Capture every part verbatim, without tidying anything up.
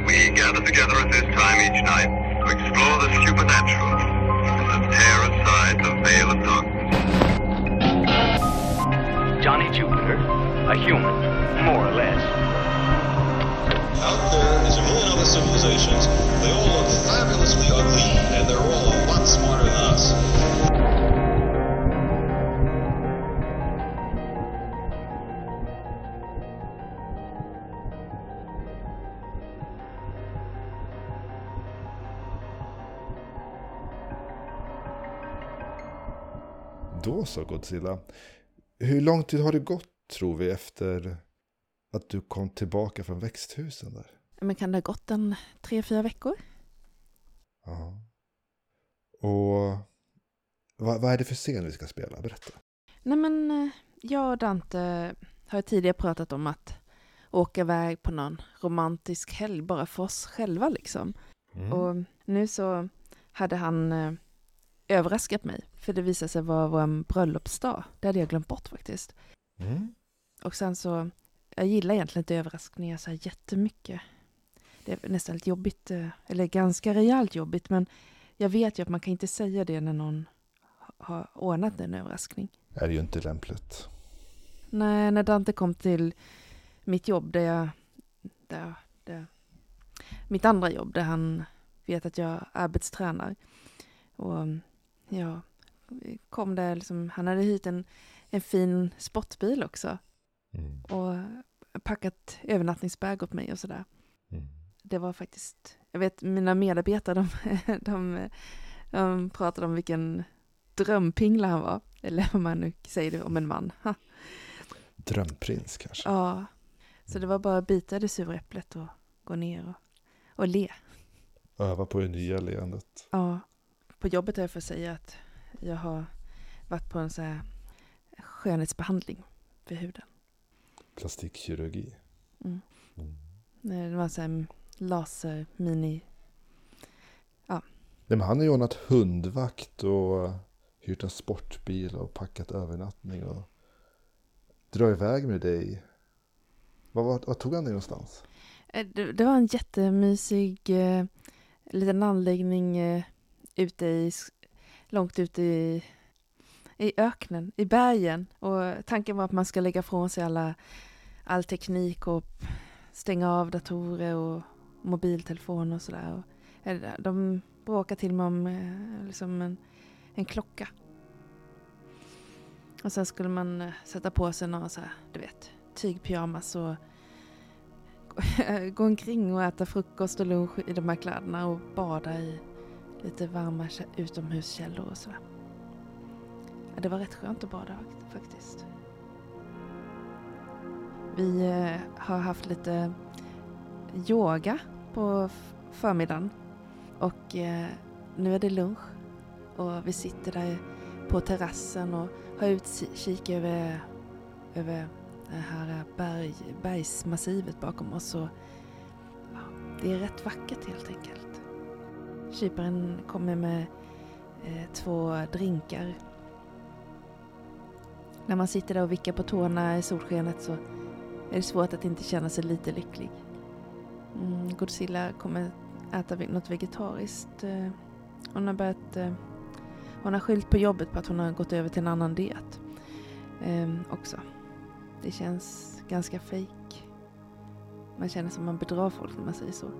We gather together at this time each night to explore the supernatural and to tear aside the veil of darkness. Johnny Jupiter, a human, more or less. Out there is a million other civilizations. They all look fabulously ugly, and they're all a lot smarter than us. Då så, Godzilla. Hur lång tid har det gått, tror vi, efter att du kom tillbaka från växthusen där? Men kan det ha gått en tre, fyra veckor? Ja. Och vad, vad är det för scen vi ska spela? Berätta. Nej men, jag och Dante har tidigare pratat om att åka iväg på någon romantisk helg bara för oss själva liksom. Mm. Och nu så hade han eh, överraskat mig. För det visade sig vara vår bröllopsdag. Det hade jag glömt bort faktiskt. Mm. Och sen så, jag gillar egentligen inte överraskningar så här jättemycket. Det är nästan lite jobbigt, eller ganska rejält jobbigt. Men jag vet ju att man kan inte säga det när någon har ordnat en överraskning. Det är ju inte lämpligt. Nej, när Dante kom till mitt jobb där jag, där, där, mitt andra jobb där han vet att jag arbetstränar. Och ja, kom där liksom, han hade hyrt en, en fin sportbil också. Mm. Och packat övernattningsbag åt mig och sådär. Mm. Det var faktiskt, jag vet mina medarbetare, de, de, de pratade om vilken drömpingla han var. Eller vad man nu säger det om en man. Ha. Drömprins kanske. Ja, så det var bara att bita det sura äpplet och gå ner och, och le. Öva på det nya leendet. Ja, på jobbet har jag för att säga att jag har varit på en så här skönhetsbehandling för huden. Plastikkirurgi. Mm. Mm. Det var så här laser, mini. Ja. Men han har ju ordnat hundvakt och hyrt en sportbil och packat övernattning och drar iväg med dig. Vad, vad, vad tog han dig någonstans? Det, det var en jättemysig eh, liten anläggning eh, ute i, långt ute i, i öknen, i bergen. Och tanken var att man ska lägga från sig alla, all teknik och stänga av datorer och mobiltelefoner och sådär. Och de bråkade till mig om eh, liksom en, en klocka. Och sen skulle man eh, sätta på sig några så här, du vet, tygpyjamas och gå omkring och äta frukost och lunch i de här kläderna och bada i lite varma utomhuskällor och sådär. Ja, det var rätt skönt att bada faktiskt. Vi eh, har haft lite yoga på förmiddagen och eh, nu är det lunch och vi sitter där på terrassen och har utkik över, över det här berg, bergsmassivet bakom oss och ja, det är rätt vackert helt enkelt. Kyparen kommer med eh, två drinkar. När man sitter där och vickar på tårna i solskenet så är det svårt att inte känna sig lite lycklig. Mm, Godzilla kommer äta något vegetariskt. Eh, hon har börjat eh, hon har skyllt på jobbet på att hon har gått över till en annan diet eh, också. Det känns ganska fake. Man känner som man bedrar folk när man säger så.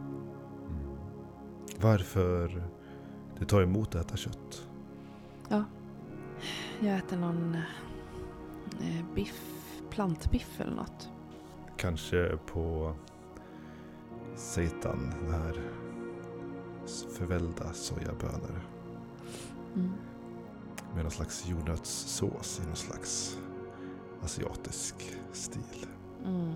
Varför du tar emot att äta kött? Ja, jag äter någon eh, biff, plantbiff eller något. Kanske på seitan, den här förvällda sojabönor. Mm. Med någon slags jordnötssås i någon slags asiatisk stil. Mm.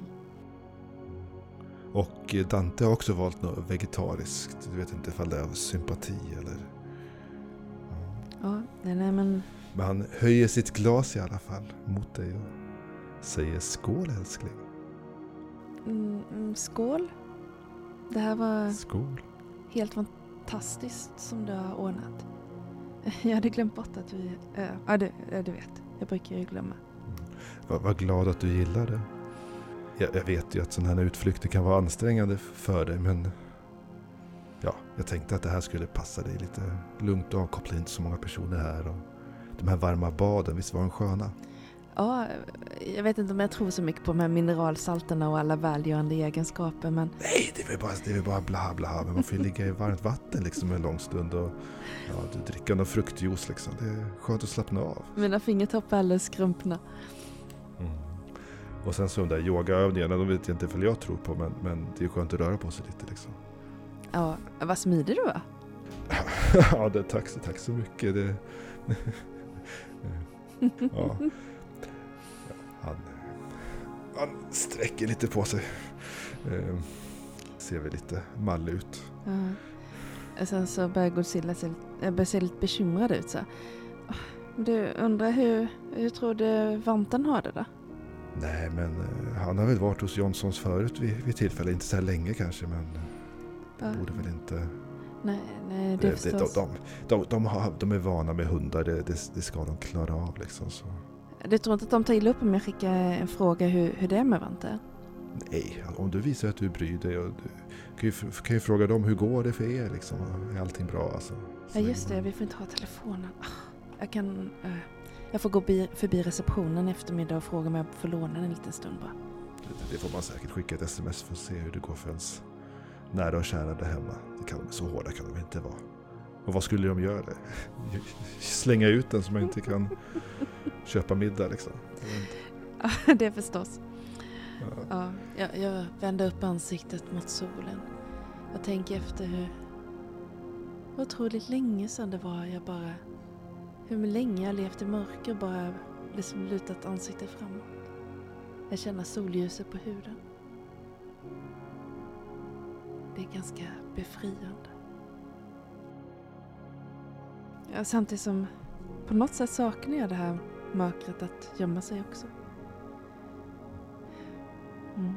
Och Dante har också valt något vegetariskt. Du vet inte ifall det är av sympati eller... Ja, ja nej, nej men... Men han höjer sitt glas i alla fall mot dig och säger skål, älskling. Mm, skål. Det här var... Skål. Helt fantastiskt som du har ordnat. Jag hade glömt bort att vi... Äh, ja, du, du vet. Jag brukar ju glömma. Vad, vad glad att du gillar det. jag, jag vet ju att sådana här utflykter kan vara ansträngande för dig, men ja, jag tänkte att det här skulle passa dig lite lugnt och avkoppla inte så många personer här. Och de här varma baden, visst var de sköna? Ja, jag vet inte om jag tror så mycket på de här mineralsalterna och alla välgörande egenskaper, men... Nej, det är väl bara, det är väl bara bla bla, men man får ju ligga i varmt vatten liksom en lång stund och ja, du dricker någon fruktjuice liksom. Det är skönt att slappna av. Mina fingertoppar är alldeles skrumpna. Mm. Och sen så de där yogaövningarna, de vet jag inte för jag tror på, men, men det är skönt att röra på sig lite liksom. Ja, vad smidig du var. Ja, det, tack, tack så mycket. Det... ja. Han, han sträcker lite på sig. Eh, ser väl lite mall ut. Ja. Och sen så börjar Godzilla se, börjar se lite bekymrad ut. Så. Du undrar hur, hur tror du Vanten har det då? Nej, men eh, han har väl varit hos Johnsons förut vid, vid tillfälle. Inte så här länge kanske, men det ja. borde väl inte... Nej, nej det, det förstås. De, de, de, de, har, de är vana med hundar, det, det, det ska de klara av liksom så. Du tror inte att de tar illa upp om jag skickar en fråga hur, hur det är med Vante? Nej, om du visar att du bryr dig och du kan ju, kan ju fråga dem hur går det för er liksom, är allting bra alltså? Ja just det, vi får inte ha telefonen. Jag kan, uh, jag får gå bi, förbi receptionen i eftermiddag och fråga om jag får låna en liten stund bara. Det, det får man säkert skicka ett sms för att se hur det går för ens nära och kära där hemma. Det kan de, så hårda kan de inte vara. Och vad skulle de göra? Slänga ut den som man inte kan köpa middag liksom. Ja, det är förstås. Ja. Ja, jag, jag vänder upp ansiktet mot solen. Jag tänker efter hur otroligt länge sedan det var jag bara... Hur länge jag levt i mörker och bara liksom lutat ansiktet framåt. Jag känner solljuset på huden. Det är ganska befriande. Ja, samtidigt som på något sätt saknar jag det här mörkret att gömma sig också. Mm.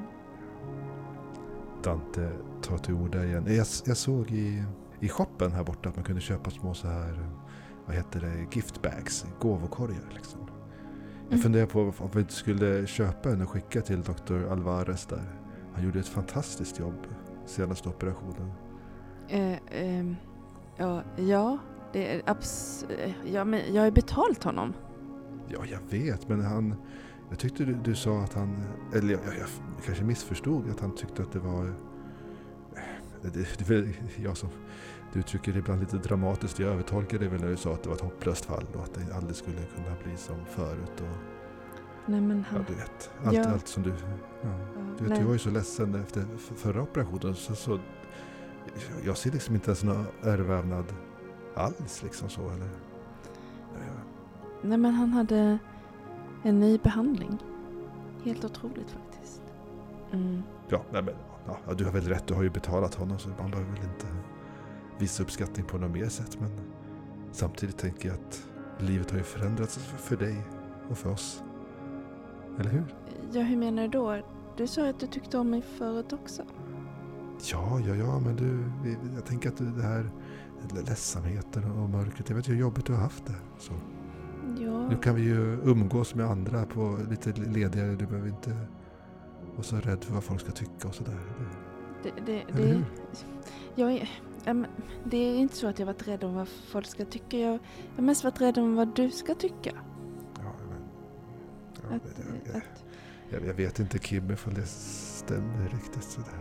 Dante tar till orda igen. Jag, jag såg i, i shoppen här borta att man kunde köpa små så här, vad heter det, giftbags, gåvokorgar liksom. Jag Mm. funderar på om vi inte skulle köpa en och skicka till doktor Alvarez där. Han gjorde ett fantastiskt jobb senaste operationen. Eh, eh, ja, ja, det är abs- ja, men jag har ju betalt honom. Ja, jag vet, men han... Jag tyckte du, du sa att han... Eller jag, jag, jag kanske missförstod att han tyckte att det var... Det, det, det är väl jag som... Du uttrycker det ibland lite dramatiskt. Jag övertolkade det väl när du sa att det var ett hopplöst fall och att det aldrig skulle kunna bli som förut. Och, Nej, men han... ja, du vet. Allt, Ja. allt som du... Ja. Du vet, Nej. jag var ju så ledsen efter f- förra operationen. Så, så, jag ser liksom inte ens någon ärrvävnad alls liksom så, eller? Ja. Nej, men han hade en ny behandling. Helt otroligt faktiskt. Mm. Ja, nej men, ja, du har väl rätt, du har ju betalat honom så man behöver väl inte visa uppskattning på något mer sätt, men samtidigt tänker jag att livet har ju förändrats för dig och för oss. Eller hur? Ja, hur menar du då? Du sa att du tyckte om mig förut också. Ja, ja, ja, men du, jag tänker att det här ledsamheten och mörkret, jag vet ju hur jobbigt du har haft det. Så. Ja. Nu kan vi ju umgås med andra på lite ledigare, du behöver inte vara så rädd för vad folk ska tycka och sådär. Det, det, Eller det, hur? jag är, äm, det är inte så att jag varit rädd om vad folk ska tycka. Jag har mest varit rädd om vad du ska tycka. Ja, men... Ja, Att, det, jag, att, jag, jag vet inte, Kim, ifall det stämmer riktigt sådär.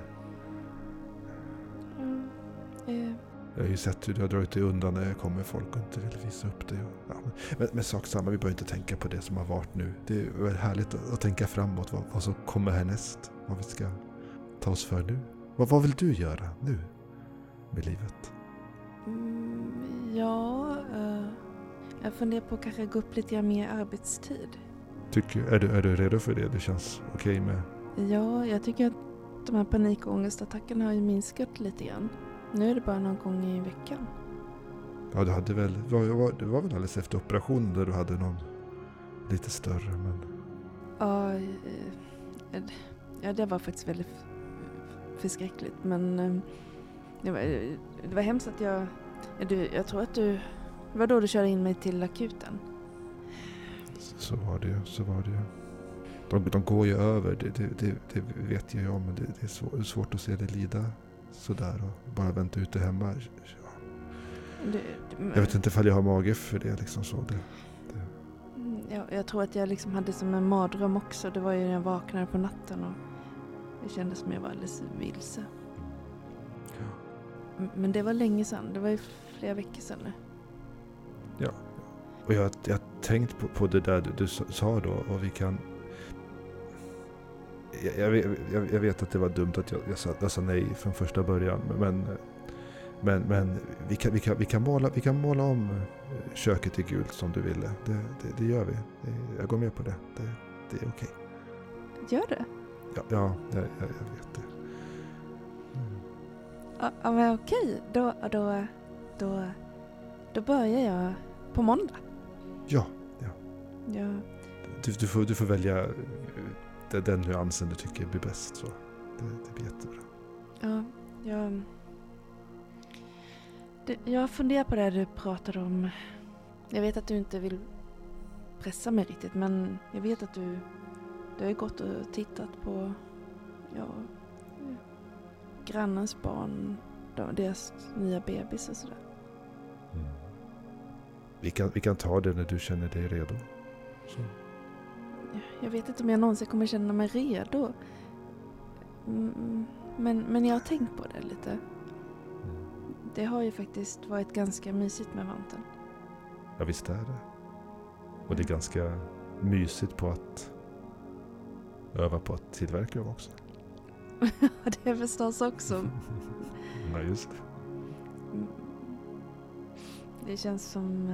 mm, eh, Jag har ju sett hur du har dragit dig undan när jag kommer folk och inte vill visa upp dig. Och, ja, men, men, men sak samma, vi behöver inte tänka på det som har varit nu. Det är väl härligt att, att tänka framåt, vad, vad som kommer härnäst. Vad vi ska ta oss för nu. Vad, vad vill du göra nu med livet? mm, ja, eh, jag funderar på att kanske gå upp lite mer arbetstid. Tycker, är, du, är du redo för det? Det känns okej med... Ja, jag tycker att de här panik- och ångestattackerna har ju minskat lite grann. Nu är det bara någon gång i veckan. Ja, du hade väl... Det var, det var väl alldeles efter operationen där du hade någon lite större, men... Ja, eh, ja det var faktiskt väldigt f- förskräckligt. Men eh, det, var, det var hemskt att jag... Du, jag tror att du... Det var då du körde in mig till akuten. Så var det ju, så var det ju. de, de går ju över, det, det, det, det vet jag om, men det, det är svår, svårt att se det lida sådär och bara vänta ute hemma. Ja. Det, det, Jag vet inte ifall jag har mage för det liksom så. Det, det. Ja, jag tror att jag liksom hade som en mardröm också. Det var ju när jag vaknade på natten och det kändes som jag var alldeles vilse. Ja. M- Men det var länge sedan. Det var ju flera veckor sedan nu. Ja. Och jag jag har tänkt på, på det där du, du sa då och vi kan... Jag, jag, jag, jag vet att det var dumt att jag, jag, sa, jag sa nej från första början, men... Men, men vi, kan, vi, kan, vi, kan måla, vi kan måla om köket i gult som du ville. Det, det, det gör vi. Jag går med på det. Det, det är okej. Gör det? Ja, ja jag, jag, jag vet det. Mm. Ja, ja men okej. Då, då, då, då börjar jag på måndag. Ja, ja. Ja. Du, du, får, du får välja den, den nyansen du tycker blir bäst. Så. Det, det blir jättebra. Ja, jag... Det, jag funderar på det du pratade om. Jag vet att du inte vill pressa mig riktigt, men jag vet att du, du har ju gått och tittat på ja, grannens barn, deras nya bebis och sådär. Mm. Vi, kan, vi kan ta det när du känner dig redo. Så. Jag vet inte om jag någonsin kommer känna mig redo. Mm, men, men jag har tänkt på det lite. Det har ju faktiskt varit ganska mysigt med vanten. Ja, visst är det. Och det är ganska mysigt på att öva på att tillverka dem också. Det är förstås också. Ja, just det. Det känns som...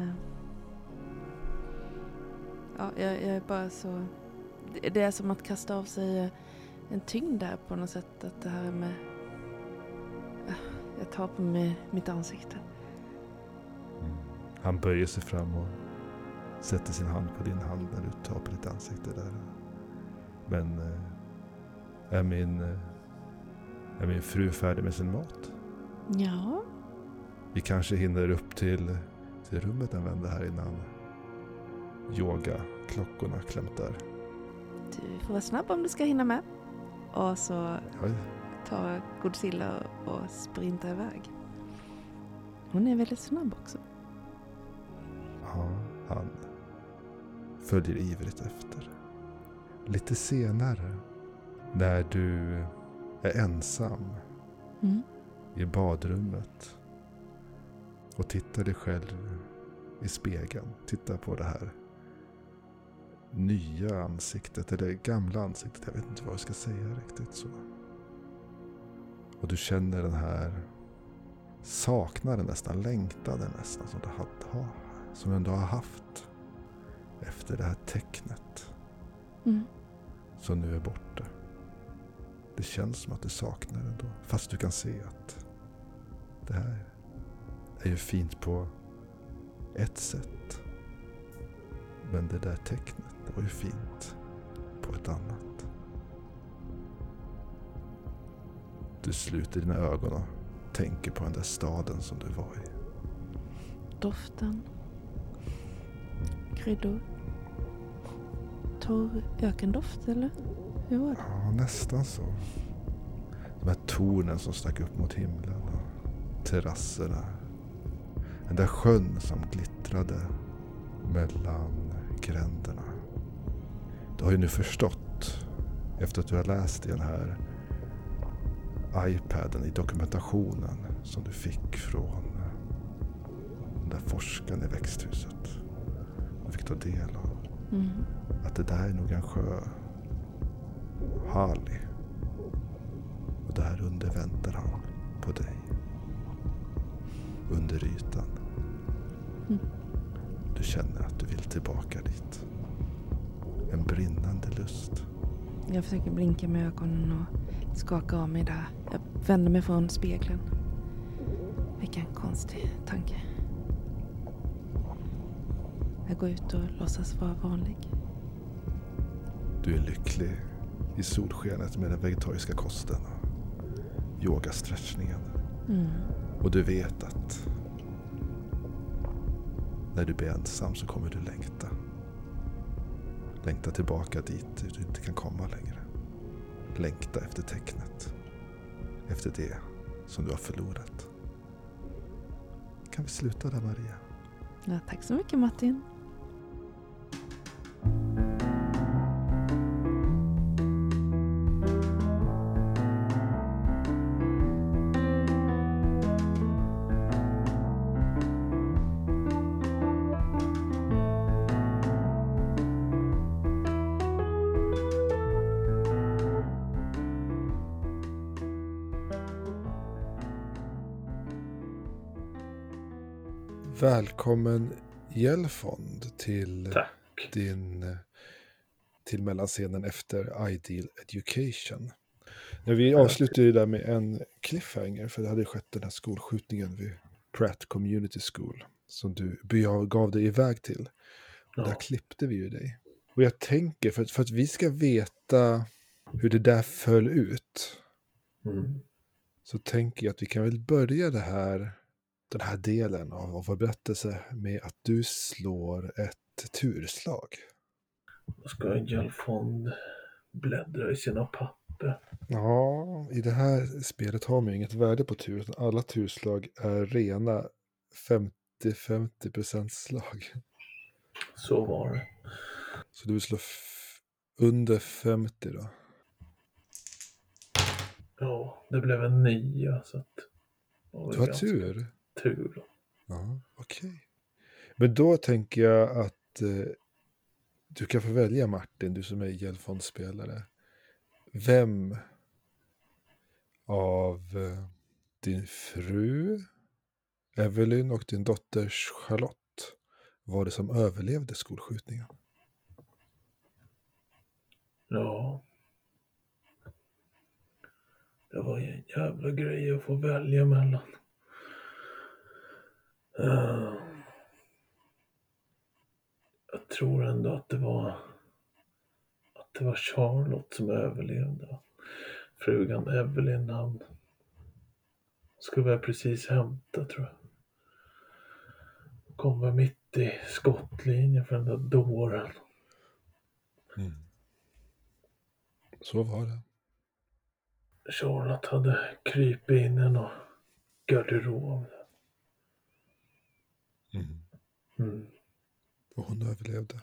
Ja, jag, jag är bara så... Det är som att kasta av sig en tyngd där på något sätt. Att det här med... Jag tar på mig mitt ansikte. Mm. Han böjer sig fram och sätter sin hand på din hand när du tar på ditt ansikte där. Men äh, är, min, äh, är min fru färdig med sin mat? Ja. Vi kanske hinner upp till, till rummet en vända här innan yoga-klockorna klämtar. Du får vara snabb om du ska hinna med. Och så... Ja. Ta Godzilla och sprinta iväg. Hon är väldigt snabb också. Ja, han följer ivrigt efter. Lite senare, när du är ensam mm. i badrummet och tittar dig själv i spegeln. Tittar på det här nya ansiktet, eller gamla ansiktet. Jag vet inte vad jag ska säga riktigt så. Och du känner den här saknaden nästan, längtaden nästan som du, hade, som du ändå har haft efter det här tecknet mm. som nu är borta. Det känns som att du saknar det ändå. Fast du kan se att det här är ju fint på ett sätt. Men det där tecknet, det var ju fint på ett annat. Du sluter dina ögon och tänker på den där staden som du var i. Doften. Kryddor. Torr ökendoft, eller? Hur var det? Ja, nästan så. De här tornen som stack upp mot himlen och terrasserna. Den där sjön som glittrade mellan gränderna. Du har ju nu förstått, efter att du har läst i den här iPaden i dokumentationen som du fick från den där forskaren i växthuset. Du fick ta del av. Mm. Att det där är nog en sjö. Hali. Och där under väntar han på dig. Under ytan. Mm. Du känner att du vill tillbaka dit. En brinnande lust. Jag försöker blinka med ögonen och skaka av mig där. Jag vänder mig från spegeln. Vilken konstig tanke. Jag går ut och låtsas vara vanlig. Du är lycklig i solskenet med den vegetariska kosten och yogastretchningen. Mm. Och du vet att när du blir ensam så kommer du längta. Längta tillbaka dit du inte kan komma längre. Längta efter tecknet. Efter det som du har förlorat. Kan vi sluta där, Maria? Ja, tack så mycket, Martin. Välkommen Gelfond till Tack. din till mellanscenen efter Ideal Education. När vi avslutade ju där med en cliffhanger, för det hade skett den här skolskjutningen vid Pratt Community School som du gav dig iväg till. Och där Ja. klippte vi ju dig. Och jag tänker, för att, för att vi ska veta hur det där föll ut, Mm. så tänker jag att vi kan väl börja det här den här delen av, av vår berättelse med att du slår ett turslag. Då ska Gelfond bläddra i sina papper. Ja, i det här spelet har man ju inget värde på tur. Utan alla turslag är rena femtio femtio procent slag. Så var det. Så du vill slå f- under femtio då? Ja, det blev en nia, så att... det var Du har ganska tur. Tur då. Ja, okej. Men då tänker jag att eh, du kan få välja, Martin, du som är Gelfond-spelare. Vem av eh, din fru Evelyn och din dotter Charlotte var det som överlevde skolskjutningen? Ja. Det var en jävla grej att få välja mellan. Uh, jag tror ändå att det var att det var Charlotte som överlevde. Frugan Evelyn, han skulle väl precis hämta, tror jag. Kom väl mitt i skottlinjen för den där dåren. Mm. Så var det. Charlotte hade krypit in i någon garderob. Mm. Mm. Och hon överlevde.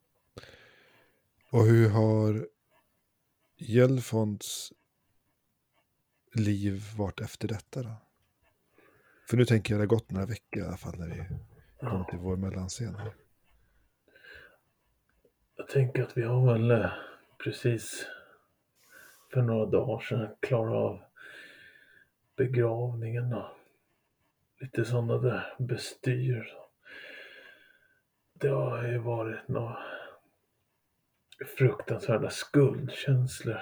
Och hur har Gelfonds liv varit efter detta då? För nu tänker jag det har gått några veckor i alla fall när vi kom till vår mellanscen här. Jag tänker att vi har väl eh, precis för några dagar sedan klarat av begravningen och lite sådana där bestyr. Det har ju varit några fruktansvärda skuldkänslor.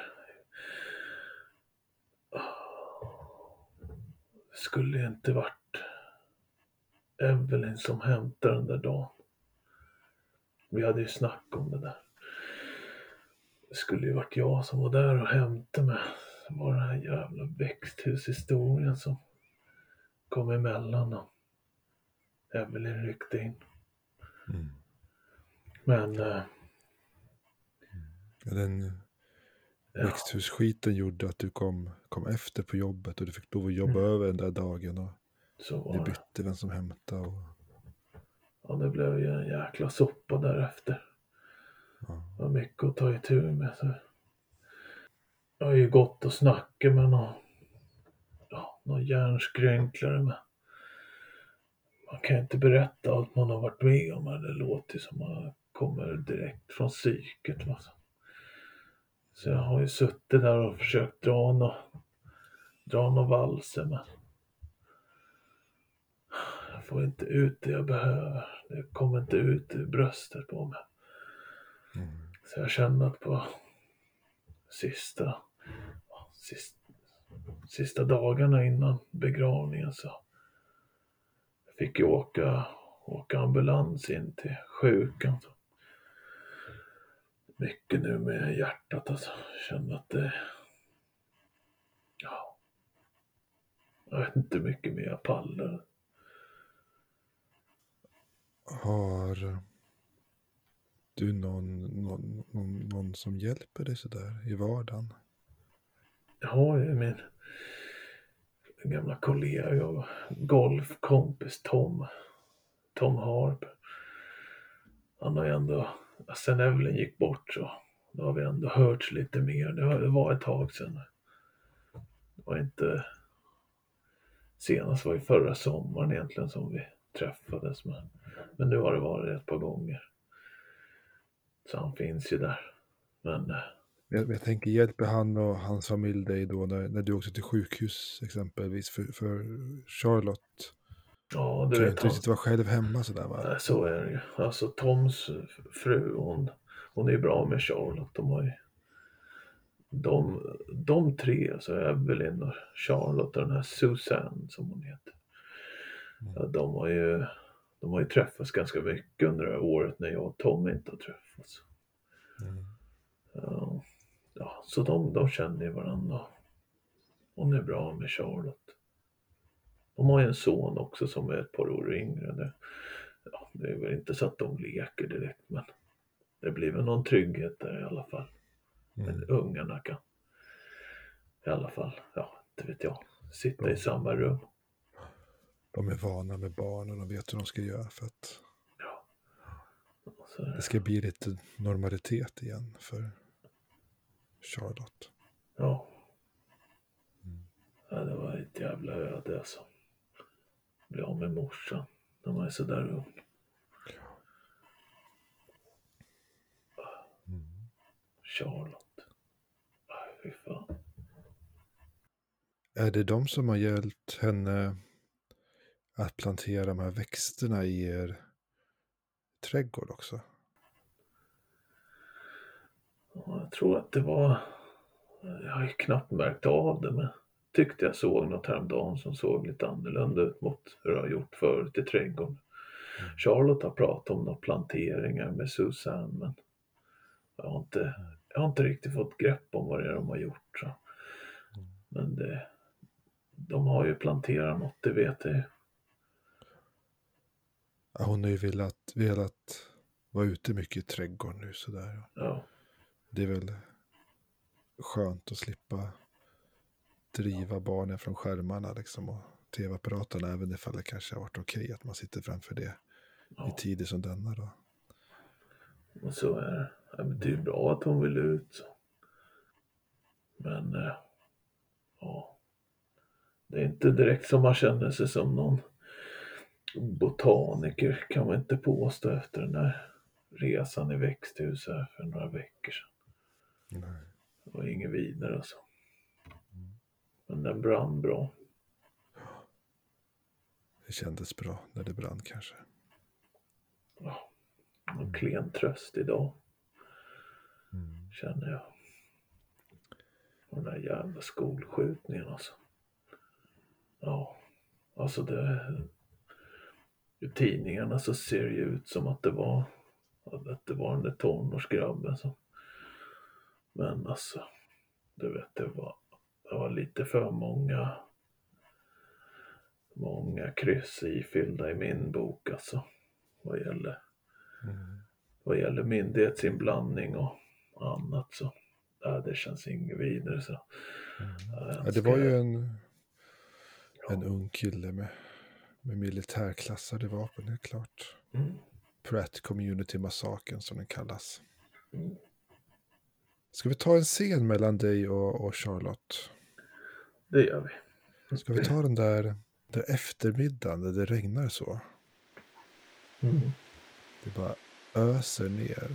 Det skulle ju inte varit Evelyn som hämtade den där dagen. Vi hade ju snack om det där. Det skulle ju varit jag som var där och hämtade mig. Det var den här jävla växthushistorien som kom emellan och Evelyn ryckte in. Mm. Men äh, Ja, den ja, växthusskiten gjorde att du kom, kom efter på jobbet och du fick lov att jobba Mm. över den där dagen och så ni var det. bytte vem som hämtade. Och, Ja, det blev ju en jäkla soppa därefter. ja. Det var mycket att ta itu med. Så jag har ju gått och snackat med någon, ja, någon hjärnskrynklare med. Man kan inte berätta allt man har varit med om. Det låter som man kommer direkt från psyket. Va? Så jag har ju suttit där och försökt dra någon, dra någon valser. Men jag får inte ut det jag behöver. Det kommer inte ut ur bröstet på mig. Mm. Så jag känner att på sista, sista, sista dagarna innan begravningen så fick jag åka, åka ambulans in till sjukan. Så mycket nu med hjärtat alltså. Jag känner att det, ja, jag vet inte hur mycket mer jag pallar. du någon, någon, någon, någon som hjälper dig sådär i vardagen? Ja, det är min gamla kollega och golfkompis Tom. Tom Harp. Han har ju ändå, sen Evelyn gick bort så då har vi ändå hört lite mer. Det var, det var ett tag sedan. Det var inte, senast var ju förra sommaren egentligen som vi träffades. Men, men nu har det varit ett par gånger. Så han finns ju där. Men Jag, jag tänker, hjälper han och hans familj dig då när, när du åkte till sjukhus exempelvis för, för Charlotte? ja, Du du kan ju vet inte han, riktigt vara själv hemma sådär va? nej, så är det ju. Alltså Toms fru, hon, hon är ju bra med Charlotte. De har ju, de, de tre, alltså Evelyn och Charlotte och den här Susanne som hon heter. Ja, de har ju de har ju träffats ganska mycket under det här året när jag och Tom inte har träffats. Mm. Ja, ja, så de, de känner ju varandra. Hon är bra med Charlotte. De har ju en son också som är ett par år yngre. Det, ja, det är väl inte så att de leker direkt, men det blir väl någon trygghet där i alla fall. Men Mm. ungarna kan i alla fall, ja, inte vet jag, sitta Ja. i samma rum. De är vana med barn och de vet hur de ska göra för att Ja. Så är det det. ska bli lite normalitet igen för Charlotte. Ja. Ja, det var ett jävla öde alltså. Bli av med morsan. De var ju så där ung. Charlotte. Aj, fy fan. Är det de som har hjälpt henne att plantera de här växterna i er trädgård också? Ja, jag tror att det var, jag har ju knappt märkt av det, men tyckte jag såg något häromdagen som såg lite annorlunda ut mot hur jag har gjort förut i trädgården. Charlotte har pratat om några planteringar med Susanne, men jag har inte, jag har inte riktigt fått grepp om vad det är de har gjort. Så. Men det, de har ju planterat något, det vet jag ju. Ja, hon har ju velat, velat vara ute mycket i trädgården nu sådär. Ja, Det är väl skönt att slippa driva barnen från skärmarna liksom och tv-apparaterna, även ifall det kanske har varit okej att man sitter framför det i ja. tider som denna då. Och så är det. Ja, men det är ju bra att hon vill ut. Så. Men eh, ja, det är inte direkt som man känner sig som någon botaniker, kan man inte påstå efter den där resan i växthus här för några veckor sedan. Nej. Det var inget vidare alltså. Men den brann bra. Det kändes bra när det brann kanske. Ja, en klen tröst idag, Mm. känner jag. Och den där jävla skolskjutningen alltså. Ja, alltså det, i tidningarna så ser det ju ut som att det var att det var den där tonårsgrabben som, men alltså du vet, det var, det var lite för många många kryss ifyllda i min bok alltså, vad gäller Mm. vad gäller myndighetsinblandning och annat, så ja, det känns inget vidare så. Ja, Ja, det var ju en, en ung kille med, med militärklassade vapen, det är klart. Mm. Pratt Community Massakern som den kallas. Mm. Ska vi ta en scen mellan dig och, och Charlotte? Det gör vi. Ska vi ta den där, där eftermiddagen där det regnar så? Mm. Det bara öser ner.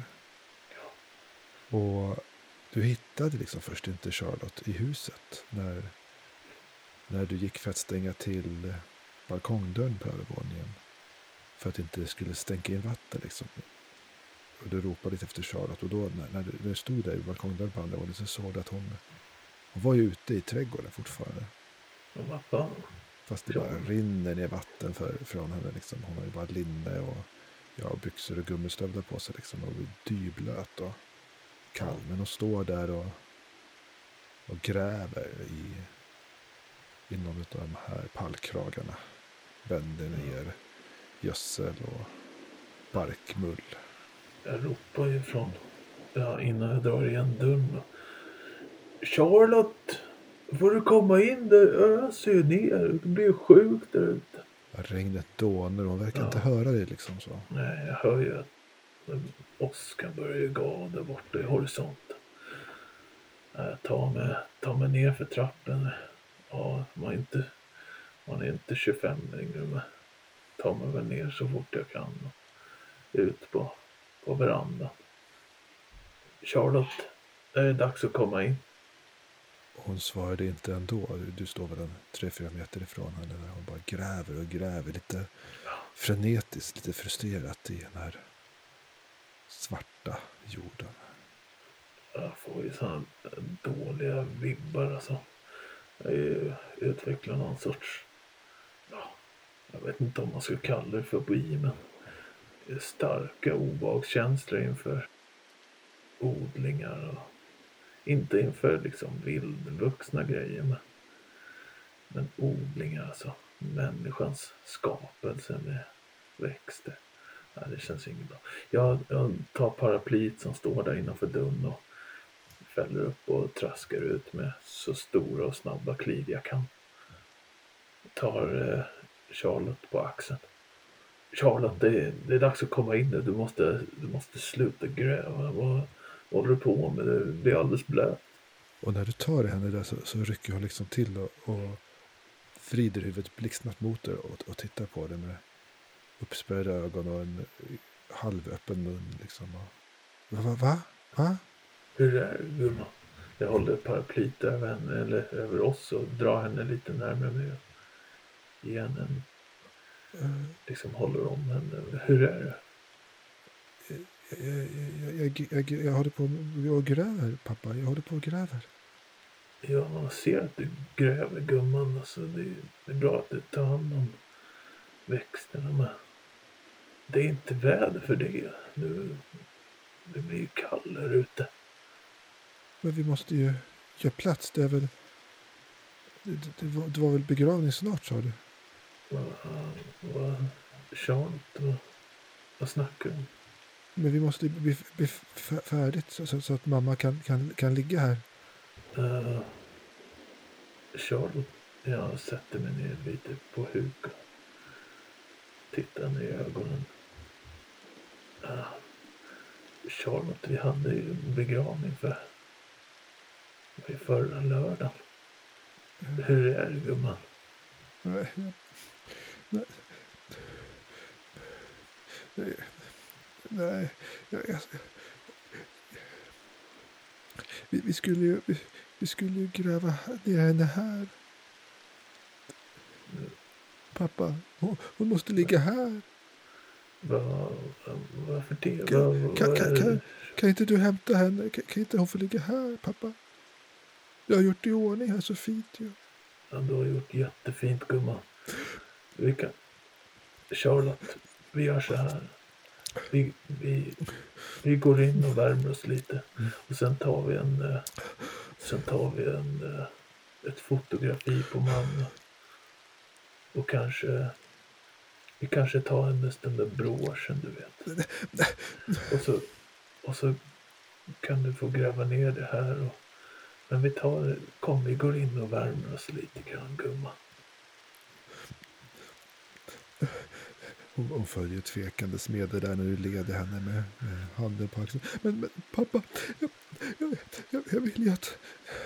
Och du hittade liksom först inte Charlotte i huset när, när du gick för att stänga till balkongdörren på övervåningen. För att det inte skulle stänka in vatten liksom. Och du ropade lite efter Charlotte. Och då när, när, du, när du stod där i balkongdörren på andra våningen så såg du att hon, hon var ju ute i trädgården fortfarande. Men vad fan? Fast det bara rinner ner vatten för, från henne liksom. Hon har ju bara linne och ja, byxor och gummistövlar på sig liksom. Och dyblöt och kall. Men hon står där och, och gräver i, i någon av de här pallkragarna. Vänder ner gödsel och barkmull. jag ropar ju från, ja, innan jag drar igen dörren. Charlotte, får du komma in där? Öser ju ner. Det blir sjukt där ute. Regnet dånar och hon verkar Ja. inte höra det liksom så. Nej, jag hör ju att åskan börjar ju gå där borta i horisonten. Jag tar mig, tar mig ner för trappen. Ja, man är inte, man är inte tjugofem längre, men tar mig väl ner så fort jag kan. Och ut på, på verandan. Charlotte, det är dags att komma in. Hon svarade inte ändå. Du står väl en tre fyra meter ifrån henne där hon bara gräver och gräver lite frenetiskt, lite frustrerat i den här svarta jorden. Jag får ju sådana dåliga vibbar alltså. Jag utvecklar någon sorts, ja, jag vet inte om man ska kalla det för bi, men starka obehagskänslor inför odlingar och inte inför liksom vildvuxna grejer, men, men odlingar, alltså människans skapelse med växter. Ja, det känns inget bra. Jag, jag tar paraplyt som står där innanför dörren och fäller upp och traskar ut med så stora och snabba kliv jag kan. Tar eh, Charlotte på axeln. Charlotte, det är, det är dags att komma in. Du måste, du måste sluta gräva. Vad håller du på med? Det blir alldeles blöt. Och när du tar henne där så, så rycker hon liksom till och, och vrider huvudet blixtsnabbt mot dig och, och tittar på dig med uppspärrade ögon och en halvöppen mun liksom. Och, va? Va? Va? Hur är det, gumman? Jag håller paraplyt över henne, eller över oss, och drar henne lite närmare mig. Ge henne en, liksom håller om henne. Hur är det? Jag, jag, jag, jag, jag håller på och gräver, pappa. Jag håller på och gräver. Ja, man ser att du gräver, gumman. Alltså, det, det är bra att du tar hand om växterna. Men det är inte väder för det. Nu, det blir ju kallare ute. Men vi måste ju göra plats. Det är väl... Det, det, det, var, det var väl begravning snart, sa du? Vad... Vad... Charlotte, vad, vad snackar du om? Men vi måste bli, bli färdigt så, så, så att mamma kan, kan, kan ligga här. Uh, Charlotte, jag sätter mig ner lite på huk och tittar henne i ögonen. Uh, Charlotte, vi hade ju begravning för i förra lördagen. Hur är det, gumman? Nej, nej, nej, nej, jag, jag, vi, vi skulle ju vi, vi skulle ju gräva ner henne här. Pappa, hon, hon måste ligga här. Va, varför det? Kan, Va, va, kan, kan, är kan, det? kan inte du hämta henne? Kan, kan inte hon få ligga här, pappa? Jag har gjort det i ordning här så fint ju. Ja, du har gjort jättefint, gumman. Vi kan... Charlotte, vi gör så här. Vi, vi, vi går in och värmer oss lite. Och sen tar vi en... eh, Sen tar vi en... eh, Ett fotografi på mamma. Och kanske... Vi kanske tar hennes den där broschen, du vet. Och så... Och så kan du få gräva ner det här. Och, men vi tar... Kom, vi går in och värmer oss lite grann, gumman. Hon, hon följer tvekande smeder där när du leder henne med, med handen på axeln. Men, men pappa, jag, jag, jag, jag vill ju att...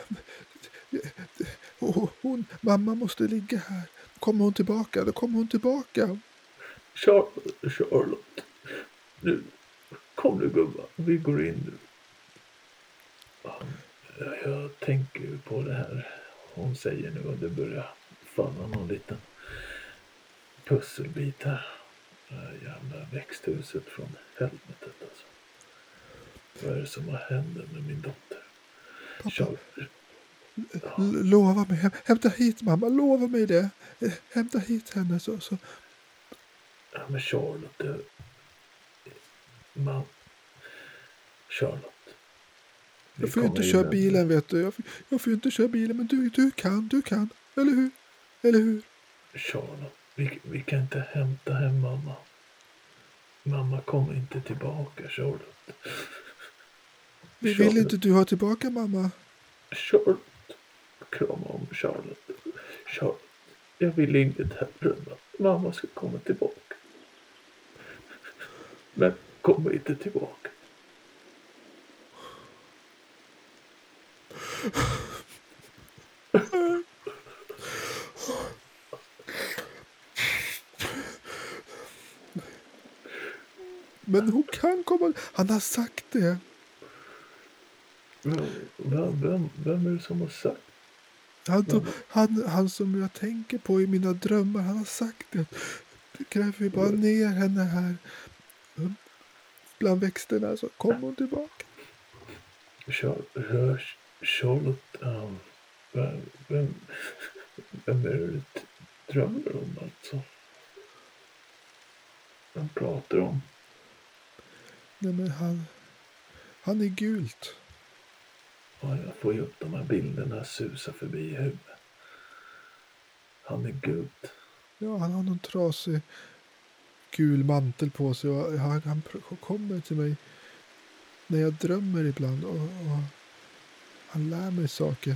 Hon, hon, mamma måste ligga här. Kommer hon tillbaka, då kommer hon tillbaka. Charlotte, Charlotte. Nu, kom nu, gumman. Vi går in nu. Ja, jag tänker ju på det här. Hon säger nu att det börjar falla någon liten pusselbit här. Det här jävla växthuset från helvetet alltså. Vad är det som har hänt med min dotter? Pappa, Charlotte, l- lova mig, häm- hämta hit mamma, lova mig det. Eh, Hämta hit henne så... så. ja, men Charlotte, det... Man... Charlotte. Vi Jag får ju kommer inte in köra en- bilen, vet du. Jag får, jag får ju inte köra bilen, men du, du kan, du kan. Eller hur? Eller hur? Charlotte, vi, vi kan inte hämta hem mamma. Mamma kommer inte tillbaka, Charlotte. Vi vill inte du ha tillbaka mamma? Charlotte. Krama om Charlotte. Charlotte. Jag vill inget hellre än att mamma ska komma tillbaka. Men kommer inte tillbaka. Men hon kan komma. Han har sagt det. Vem, vem, vem, vem är det som har sagt? Han, som- han, han som jag tänker på i mina drömmar. Han har sagt det. Gräver vi bara ner henne här bland växterna så kommer hon tillbaka. Char- Charlotte, um, vem, vem, vem är det du t- drömmer om alltså? Vem pratar om? Nej men han, han är gult. Ja, jag får ju upp de här bilderna susar förbi i huvudet. Han är gult. Ja, han har någon trasig gul mantel på sig och han, han pr- kommer till mig när jag drömmer ibland och, och han lär mig saker.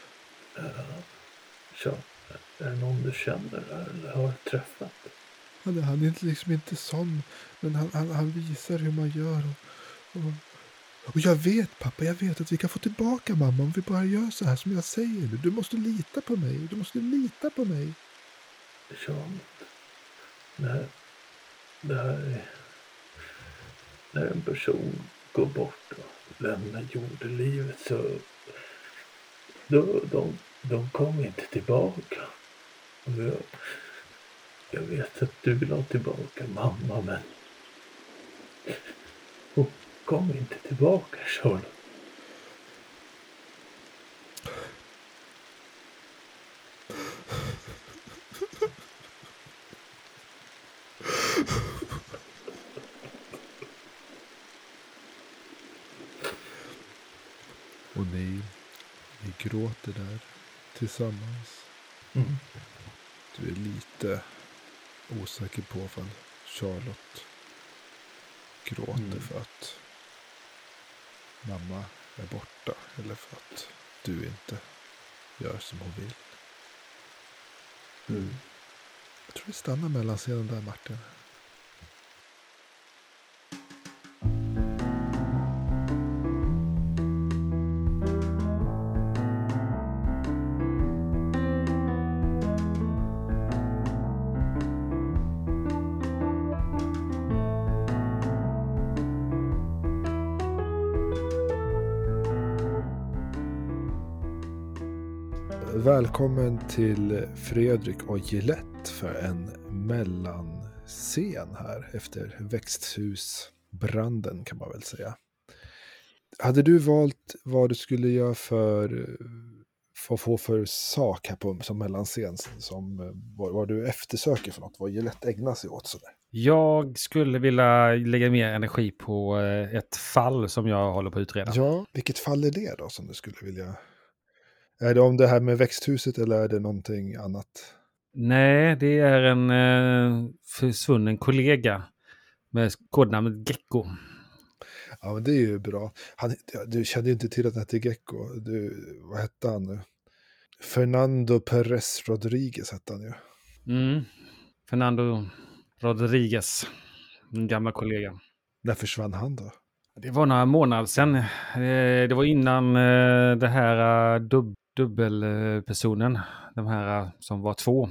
Tja, är det någon du känner eller har träffat? Han är, han är inte- liksom inte sån, men han, han, han visar hur man gör. Och, och, och jag vet pappa, jag vet att vi kan få tillbaka mamma om vi bara gör så här som jag säger nu. Du måste lita på mig, du måste lita på mig. Charlotte, när det här är, när en person går bort och lämnar jordelivet så då, de, de kommer inte tillbaka. Och jag, jag vet att du vill ha tillbaka mamma, men hon kommer inte tillbaka, Charlotte. Och ni, ni gråter där tillsammans. Mm. Du är lite osäker på om Charlotte gråter Mm. för att mamma är borta eller för att du inte gör som hon vill. Mm. Jag tror vi stannar mellan scenen där, Martin. Välkommen till Fredrik och Gillette för en mellanscen här efter växthusbranden kan man väl säga. Hade du valt vad du skulle göra för, för att få för sak här på, som mellanscen som vad, vad du eftersöker för något, vad Gillette ägnar sig åt sådär? Jag skulle vilja lägga mer energi på eh, ett fall som jag håller på att utreda. Ja, vilket fall är det då som du skulle vilja? Är det om det här med växthuset eller är det någonting annat? Nej, det är en eh, försvunnen kollega med kodnamnet Gecko. Ja, men det är ju bra. Han, du kände ju inte till att han hette Gecko. Du, vad hette han nu? Fernando Perez Rodriguez hette han ju. Mm. Fernando Rodriguez, min gamla kollega. När försvann han då? Det var några månader sedan. Eh, det var innan eh, det här uh, dub- dubbelpersonen, de här uh, som var två.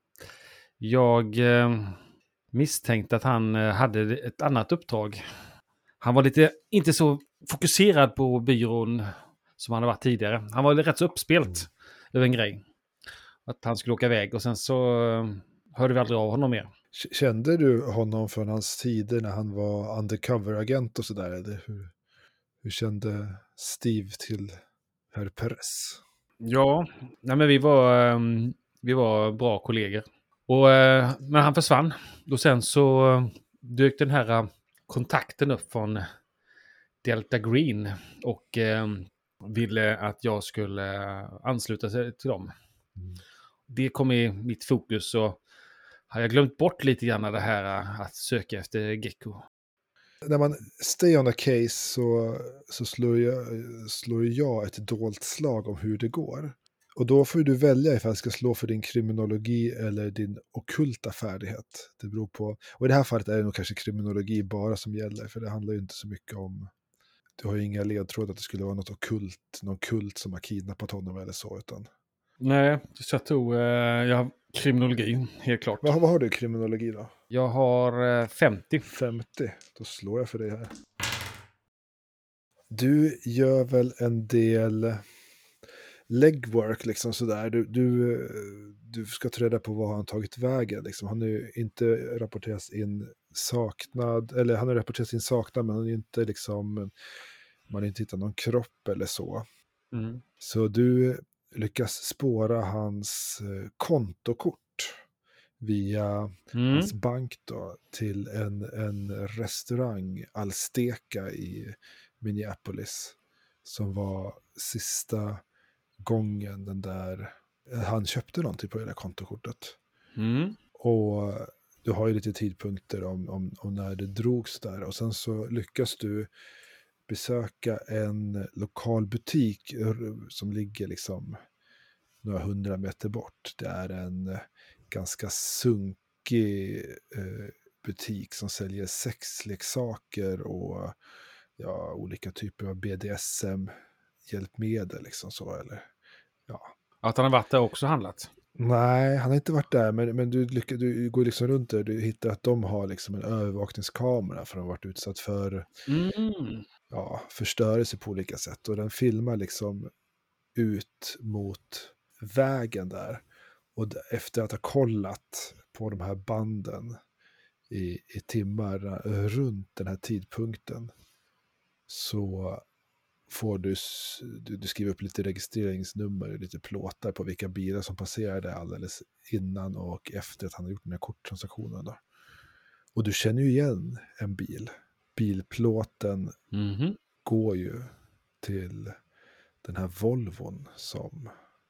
Jag eh, misstänkte att han eh, hade ett annat uppdrag. Han var lite inte så fokuserad på byrån som han hade varit tidigare. Han var rätt så uppspelt över en grej. Att han skulle åka iväg och sen så eh, hörde vi aldrig av honom mer. K- Kände du honom från hans tider när han var undercover-agent och sådär? Eller hur, hur kände Steve till herr Perez? Ja, nej men vi var, eh, vi var bra kollegor. Och, eh, men han försvann. Och sen så eh, dök den här eh, kontakten upp från Delta Green och eh, ville att jag skulle eh, ansluta sig till dem. Mm. Det kom i mitt fokus och har jag glömt bort lite grann det här eh, att söka efter Gecko. När man stay on a case så, så slår, jag, slår jag ett dolt slag om hur det går. Och då får du välja ifall jag ska slå för din kriminologi eller din ockulta färdighet. Det beror på, och i det här fallet är det nog kanske kriminologi bara som gäller, för det handlar ju inte så mycket om, du har ju inga ledtrådar att det skulle vara något ockult, någon kult som har kidnappat honom eller så, utan... Nej, så jag tror eh, jag har kriminologi, helt klart. Vad, vad har du i kriminologi då? Jag har eh, femtio. femtio, då slår jag för dig här. Du gör väl en del legwork liksom sådär. Du, du, du ska ta reda på vad han tagit vägen. Liksom. Han har ju inte rapporterats in saknad, eller han har rapporterats in saknad, men han är inte liksom, man har inte hittat någon kropp eller så. Mm. Så du lyckas spåra hans kontokort via Mm. hans bank då, till en, en restaurang, Alsteka i Minneapolis, som var sista gången den där han köpte någonting på det där kontokortet. Mm. Och du har ju lite tidpunkter om, om, om när det drogs där, och sen så lyckas du besöka en lokal butik som ligger liksom några hundra meter bort. Det är en ganska sunkig eh, butik som säljer sexleksaker och ja, olika typer av B D S M-hjälpmedel liksom så, eller ja. Att han har varit där också handlat? Nej, han har inte varit där, men, men du, lyckas, du går liksom runt där, du hittar att de har liksom en övervakningskamera för att ha varit utsatt för Mm. ja, förstörelse på olika sätt, och den filmar liksom ut mot vägen där, och efter att ha kollat på de här banden i, i timmar runt den här tidpunkten, så får du, du, du skriver upp lite registreringsnummer och lite plåtar på vilka bilar som passerade alldeles innan och efter att han har gjort den här korttransaktionen då. Och du känner ju igen en bil. Bilplåten Mm. går ju till den här Volvon som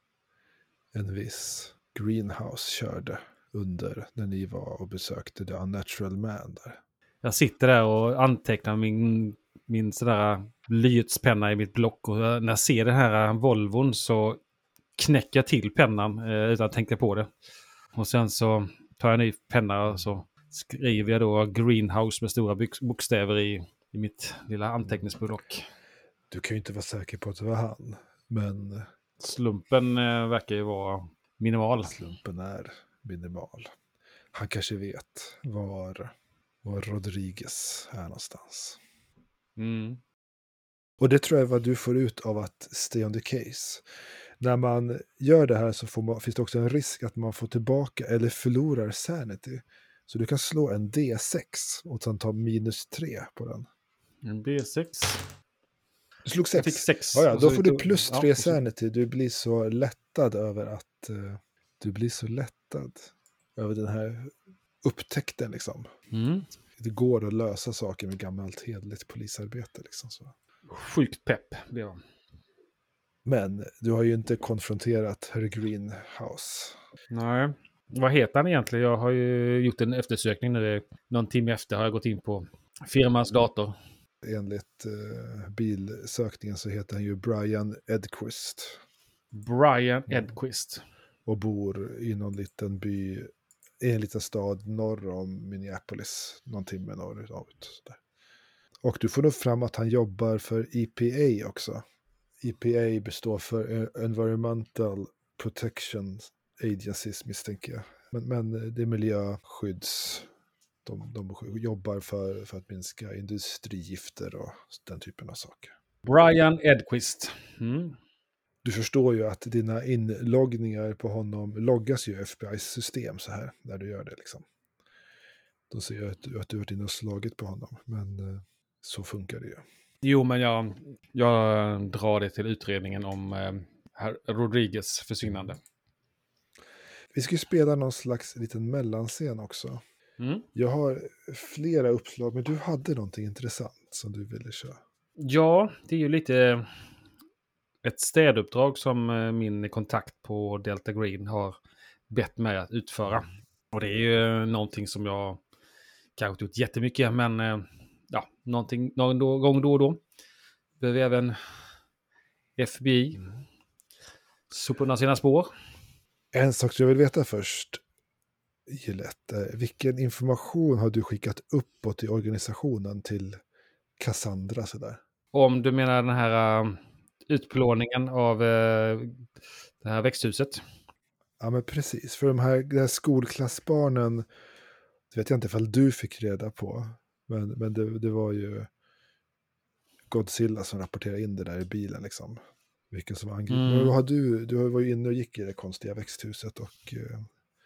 en viss Greenhouse körde under när ni var och besökte The Unnatural Man där. Jag sitter där och antecknar min, min sådär blyertspenna i mitt block, och när jag ser den här Volvon så knäcker jag till pennan eh, utan att tänka på det. Och sen så tar jag en ny penna och så skriver jag då Greenhouse med stora bokstäver i, i mitt lilla anteckningsblock. Du kan ju inte vara säker på att det var han, men Slumpen eh, verkar ju vara minimal. Slumpen är minimal. Han kanske vet var, var Rodriguez är någonstans. Mm. Och det tror jag är vad du får ut av att stay on the case. När man gör det här så får man, finns det också en risk att man får tillbaka eller förlorar sanity. Så du kan slå en D sex och sen ta minus tre på den. En B sex. Du slog sex. Jag fick sex. Ja, ja, Och då så får lite- du plus ja, tre och så- sanity. Du blir så lättad över att uh, du blir så lättad över den här upptäckten liksom. Mm. Det går att lösa saker med gammalt hedligt polisarbete liksom så. Sjukt pepp blev jag. Men du har ju inte konfronterat herr Greenhouse. Nej. Vad heter han egentligen? Jag har ju gjort en eftersökning nu. Någon timme efter har jag gått in på firmans dator. Enligt uh, bilsökningen så heter han ju Brian Edquist. Brian Edquist. Och bor i någon liten by, i en liten stad norr om Minneapolis. Någon timme norrut. Där. Och du får nog fram att han jobbar för E P A också. E P A består för Environmental Protection Agencies misstänker jag. Men, men det är miljöskydds... De, de jobbar för, för att minska industrigifter och den typen av saker. Brian Edquist. Mm. Du förstår ju att dina inloggningar på honom loggas ju i F B I:s system så här, när du gör det liksom. Då ser jag att du, att du har varit inne och slagit på honom, men eh, så funkar det ju. Jo, men jag, jag drar det till utredningen om eh, herr Rodriguez försvinnande. Vi ska ju spela någon slags liten mellanscen också. Mm. Jag har flera uppslag, men du hade någonting intressant som du ville köra. Ja, det är ju lite ett städuppdrag som eh, min kontakt på Delta Green har bett mig att utföra. Och det är ju någonting som jag kanske inte gjort jättemycket, men eh, ja, någonting, någon då, gång då och då. Behöver även F B I sopa undan sina spår. En sak som jag vill veta först, Gillette, vilken information har du skickat uppåt i organisationen till Cassandra sådär? Om du menar den här uh, utplåningen av uh, det här växthuset. Ja, men precis. För de här, de här skolklassbarnen, det vet jag inte ifall du fick reda på, men, men det, det var ju Godzilla som rapporterade in det där i bilen liksom. Vilken som angrep. Mm. Men vad har du, du var ju inne och gick i det konstiga växthuset och uh,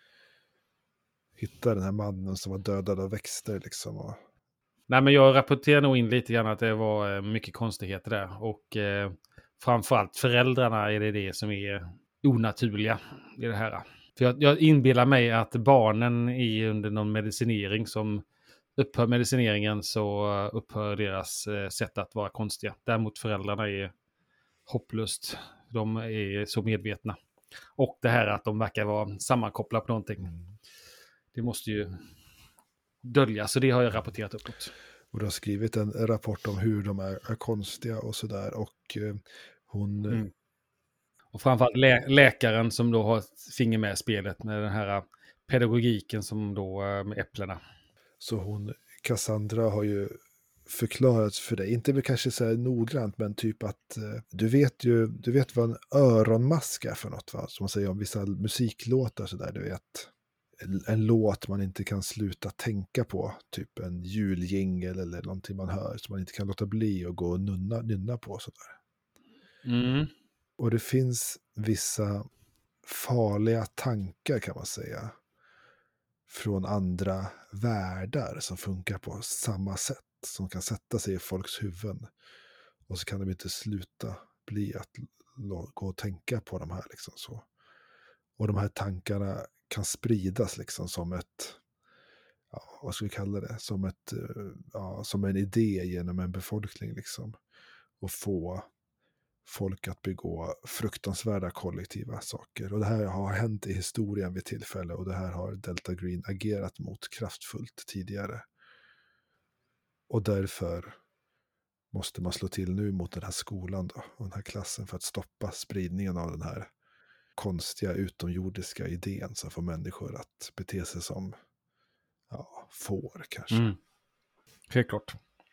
hittade den här mannen som var dödad av växter liksom. Och... Nej, men jag rapporterar nog in lite grann att det var uh, mycket konstigheter där. Och uh, framförallt föräldrarna är det det som är onaturliga i det här. För jag, jag inbillar mig att barnen är under någon medicinering som upphör medicineringen så upphör deras uh, sätt att vara konstiga. Däremot föräldrarna är hopplöst. De är så medvetna. Och det här att de verkar vara sammankopplade på någonting. Mm. Det måste ju döljas, så det har jag rapporterat uppåt. Och du har skrivit en rapport om hur de är, är konstiga och sådär. Och eh, hon... Mm. Och framförallt lä- läkaren som då har ett finger med i spelet med den här pedagogiken som då med äpplena. Så hon, Cassandra, har ju förklarat för dig, inte kanske så här noggrant, men typ att eh, du vet ju, du vet vad en öronmask är för något, va? Som man säger om vissa musiklåtar så där, du vet. En, en låt man inte kan sluta tänka på, typ en juljingel eller någonting man hör som man inte kan låta bli och gå och nunna, nynna på sådär. Mm. Och det finns vissa farliga tankar kan man säga från andra världar som funkar på samma sätt, som kan sätta sig i folks huvuden och så kan de inte sluta bli att gå och tänka på de här liksom så. Och de här tankarna kan spridas liksom som ett, ja, vad ska vi kalla det, som ett, ja, som en idé genom en befolkning liksom, och få folk att begå fruktansvärda kollektiva saker. Och det här har hänt i historien vid tillfälle och det här har Delta Green agerat mot kraftfullt tidigare. Och därför måste man slå till nu mot den här skolan då, och den här klassen för att stoppa spridningen av den här konstiga utomjordiska idén som får människor att bete sig som, ja, får kanske. Mm. Helt klart.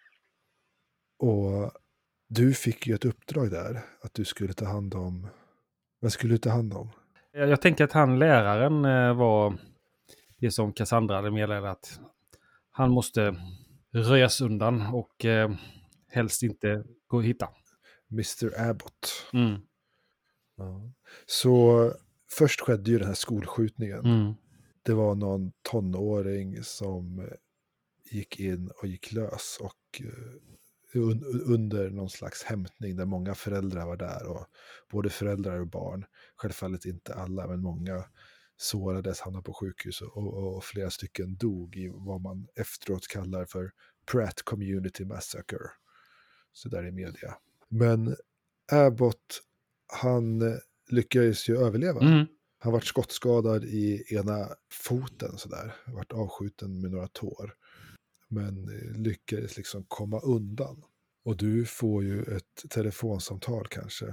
Och du fick ju ett uppdrag där att du skulle ta hand om, vad skulle du ta hand om? Jag, jag tänker att han läraren eh, var det som Cassandra hade meddelat att han måste röjas undan och eh, helst inte gå och hitta. mister Abbott. Mm. Ja. Så först skedde ju den här skolskjutningen. Mm. Det var någon tonåring som gick in och gick lös och un, under någon slags hämtning där många föräldrar var där, och både föräldrar och barn, självfallet inte alla men många sårades, hamnade på sjukhus och, och, och flera stycken dog i vad man efteråt kallar för Pratt Community Massacre. Så där i media. Men Abbott, han lyckades ju överleva. Mm. Han var skottskadad i ena foten sådär. Vart avskjuten med några tår. Men lyckades liksom komma undan. Och du får ju ett telefonsamtal kanske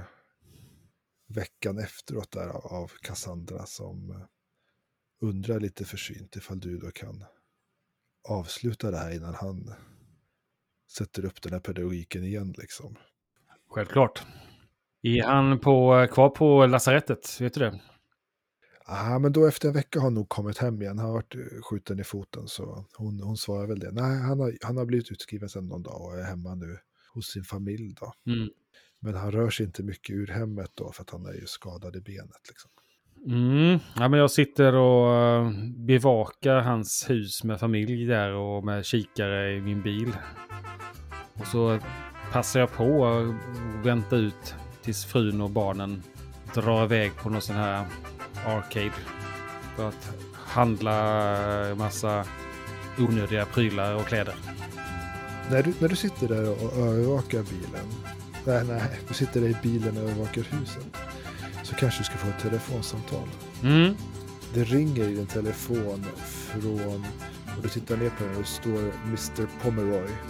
veckan efteråt där av Cassandra som undrar lite försynt ifall du då kan avsluta det här innan han sätter upp den här pedagogiken igen liksom. Självklart. Är han på, kvar på lasarettet? Vet du det? Ja, men då efter en vecka har han nog kommit hem igen. Han har varit skjuten i foten, så hon, hon svarar väl det. Nej, han har, han har blivit utskriven sedan någon dag och är hemma nu hos sin familj då. Mm. Men han rör sig inte mycket ur hemmet då för att han är ju skadad i benet liksom. Mm. Ja, men jag sitter och bevakar hans hus med familj där och med kikare i min bil. Och så passar jag på att vänta ut tills frun och barnen drar iväg på någon sån här arcade för att handla massa onödiga prylar och kläder. När du, när du sitter där och övervakar bilen, nej, nej, du sitter där i bilen och övervakar husen, så kanske du ska få ett telefonsamtal. Mm. Det ringer i din telefon från, och du tittar ner på den och det står mister Pomeroy.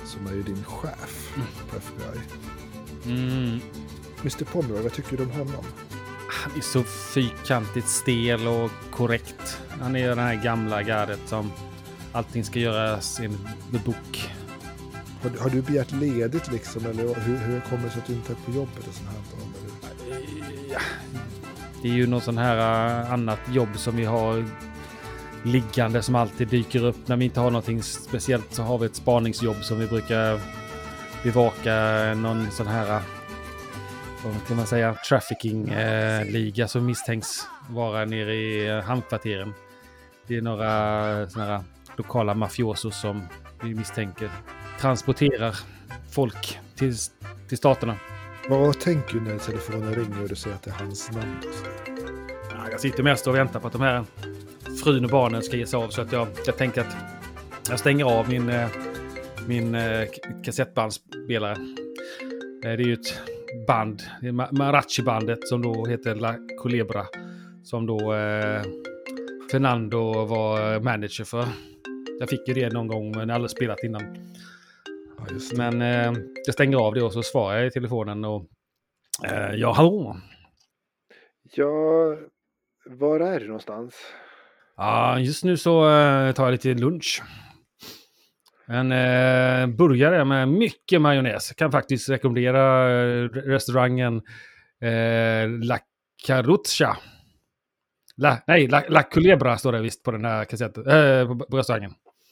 som är ju din chef Mm. på F B I. Mm. mister Pomeroy, vad tycker du om honom? Han är så fyrkantigt stel och korrekt. Han är den här gamla gardet som allting ska göras enligt the book. Har du, har du begärt ledigt liksom, eller hur, hur kommer det sig att du inte är på jobbet och sånt här? Ja. Det är ju något sån här uh, annat jobb som vi har liggande som alltid dyker upp. När vi inte har någonting speciellt så har vi ett spaningsjobb som vi brukar bevaka någon sån här, vad kan man säga, trafficking-liga som misstänks vara nere i hamnkvarteren. Det är några såna här lokala mafiosos som vi misstänker transporterar folk till, till staterna. Vad tänker du när telefonen ringer och du säger att det är hans namn? Ja, jag sitter mest och väntar på att de här frun och barnen ska ge sig av, så att jag, jag tänker att jag stänger av min, min kassettbandspelare. Det är ju ett band, det är Mariachi-bandet som då heter La Culebra, som då eh, Fernando var manager för. Jag fick ju det någon gång men aldrig spelat innan. Ja, just det. Men eh, jag stänger av det och så svarar jag i telefonen och eh, ja, hallå. Ja, var är du någonstans? Ja, just nu så eh, tar jag lite lunch. En eh, burgare med mycket majonnäs. Jag kan faktiskt rekommendera eh, restaurangen eh, La Carruccia. La, nej, La, La Culebra står det visst på den här kassetten. Eh, på, på restaurangen.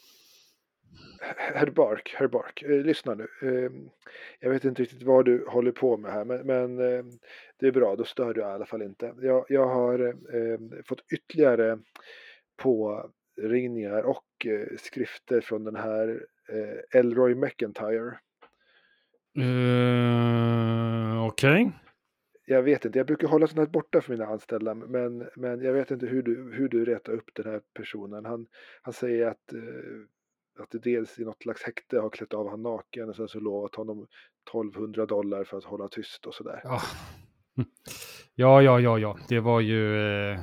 Herr Bark, herr Bark, eh, lyssna nu. Eh, jag vet inte riktigt vad du håller på med här, men, men eh, det är bra, då stör du i alla fall inte. Jag, jag har eh, fått ytterligare påringningar och eh, skrifter från den här eh, Elroy McIntyre. Uh, Okej. Okay. Jag vet inte, jag brukar hålla sånt här borta för mina anställda, men, men jag vet inte hur du, hur du retar upp den här personen. Han, han säger att eh, att det dels i något slags häkte har klätt av han naken och sen så lovat honom tolvhundra dollar för att hålla tyst och sådär. Ja, ja, ja, ja, ja. Det var ju... Eh...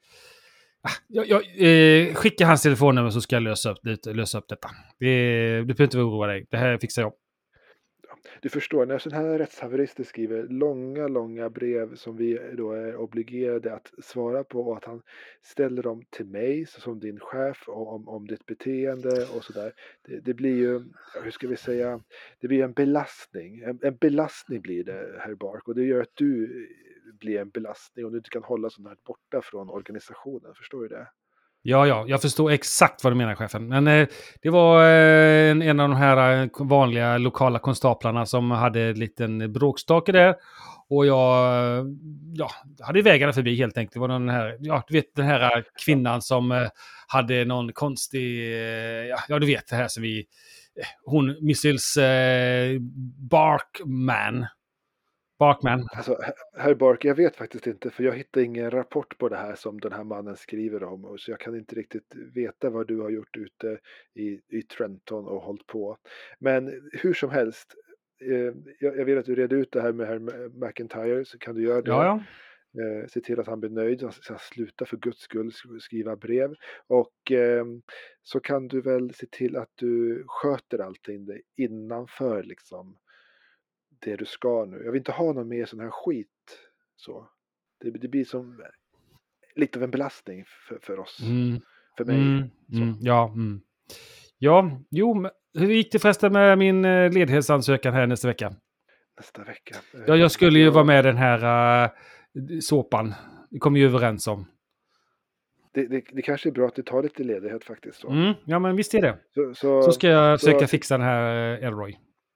Ja, ja, eh, skicka hans telefonnummer så ska jag lösa upp, lite, lösa upp detta. Det, du behöver inte oroa dig. Det här fixar jag. Du förstår, när sån här rättshaverister skriver långa, långa brev som vi då är obligerade att svara på och att han ställer dem till mig som din chef om, om ditt beteende och sådär. Det, det blir ju, hur ska vi säga, det blir en belastning. En, en belastning blir det, herr Bark, och det gör att du blir en belastning och du inte kan hålla sånt här borta från organisationen. Förstår du det? Ja, ja, jag förstår exakt vad du menar, chefen. Men eh, det var eh, en, en av de här vanliga lokala konstaplarna som hade en liten bråkstake där. Och jag ja, hade vägarna förbi helt enkelt. Det var den här, ja, du vet den här kvinnan som eh, hade någon konstig, eh, ja, ja, du vet det här som vi, eh, hon, Missils eh, Barkman. Barkman. Alltså, herr Bark, jag vet faktiskt inte, för jag hittar ingen rapport på det här som den här mannen skriver om, och så jag kan inte riktigt veta vad du har gjort ute i, i Trenton och hållit på. Men hur som helst, eh, jag, jag vill att du reder ut det här med herr McIntyre, så kan du göra det. Ja, ja. Eh, se till att han blir nöjd, så han sluta för Guds skull skriva brev, och eh, så kan du väl se till att du sköter allting det innanför liksom det du ska nu. Jag vill inte ha någon mer sån här skit. Så. Det, det blir som lite av en belastning för, för oss. Mm. För mig. Mm. Mm. Ja, mm. ja, jo, men hur gick det förresten med min ledighetsansökan här nästa vecka? Nästa vecka? Ja, jag skulle ju ja. vara med den här uh, såpan. Det kom ju överens om. Det, det, det kanske är bra att du tar lite ledighet faktiskt. Så. Mm. Ja, men visst är det. Så, så, så ska jag så, försöka fixa den här Elroy.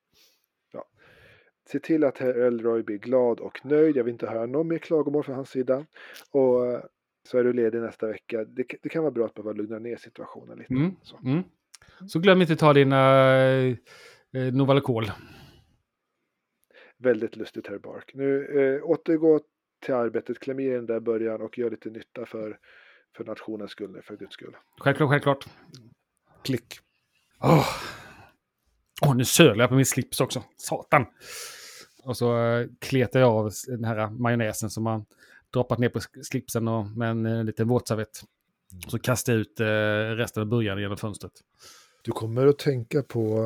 Se till att herr Elroy blir glad och nöjd. Jag vill inte höra någon mer klagomål från hans sida. Och så är du ledig nästa vecka. Det, det kan vara bra att bara lugna ner situationen lite. Mm. Så. Mm. så glöm inte att ta dina eh, Novalucol. Väldigt lustigt, herr Bark. Nu eh, återgå till arbetet. Kläm i den där början och gör lite nytta för, för nationens skull, för Guds skull. Självklart, självklart. Klick. Åh, oh. oh, nu sölar jag på min slips också. Satan. Och så uh, kletar jag av den här majonnäsen som man droppat ner på slipsen och, med en uh, liten våtservett. Så kastar jag ut uh, resten av burgaren genom fönstret. Du kommer att tänka på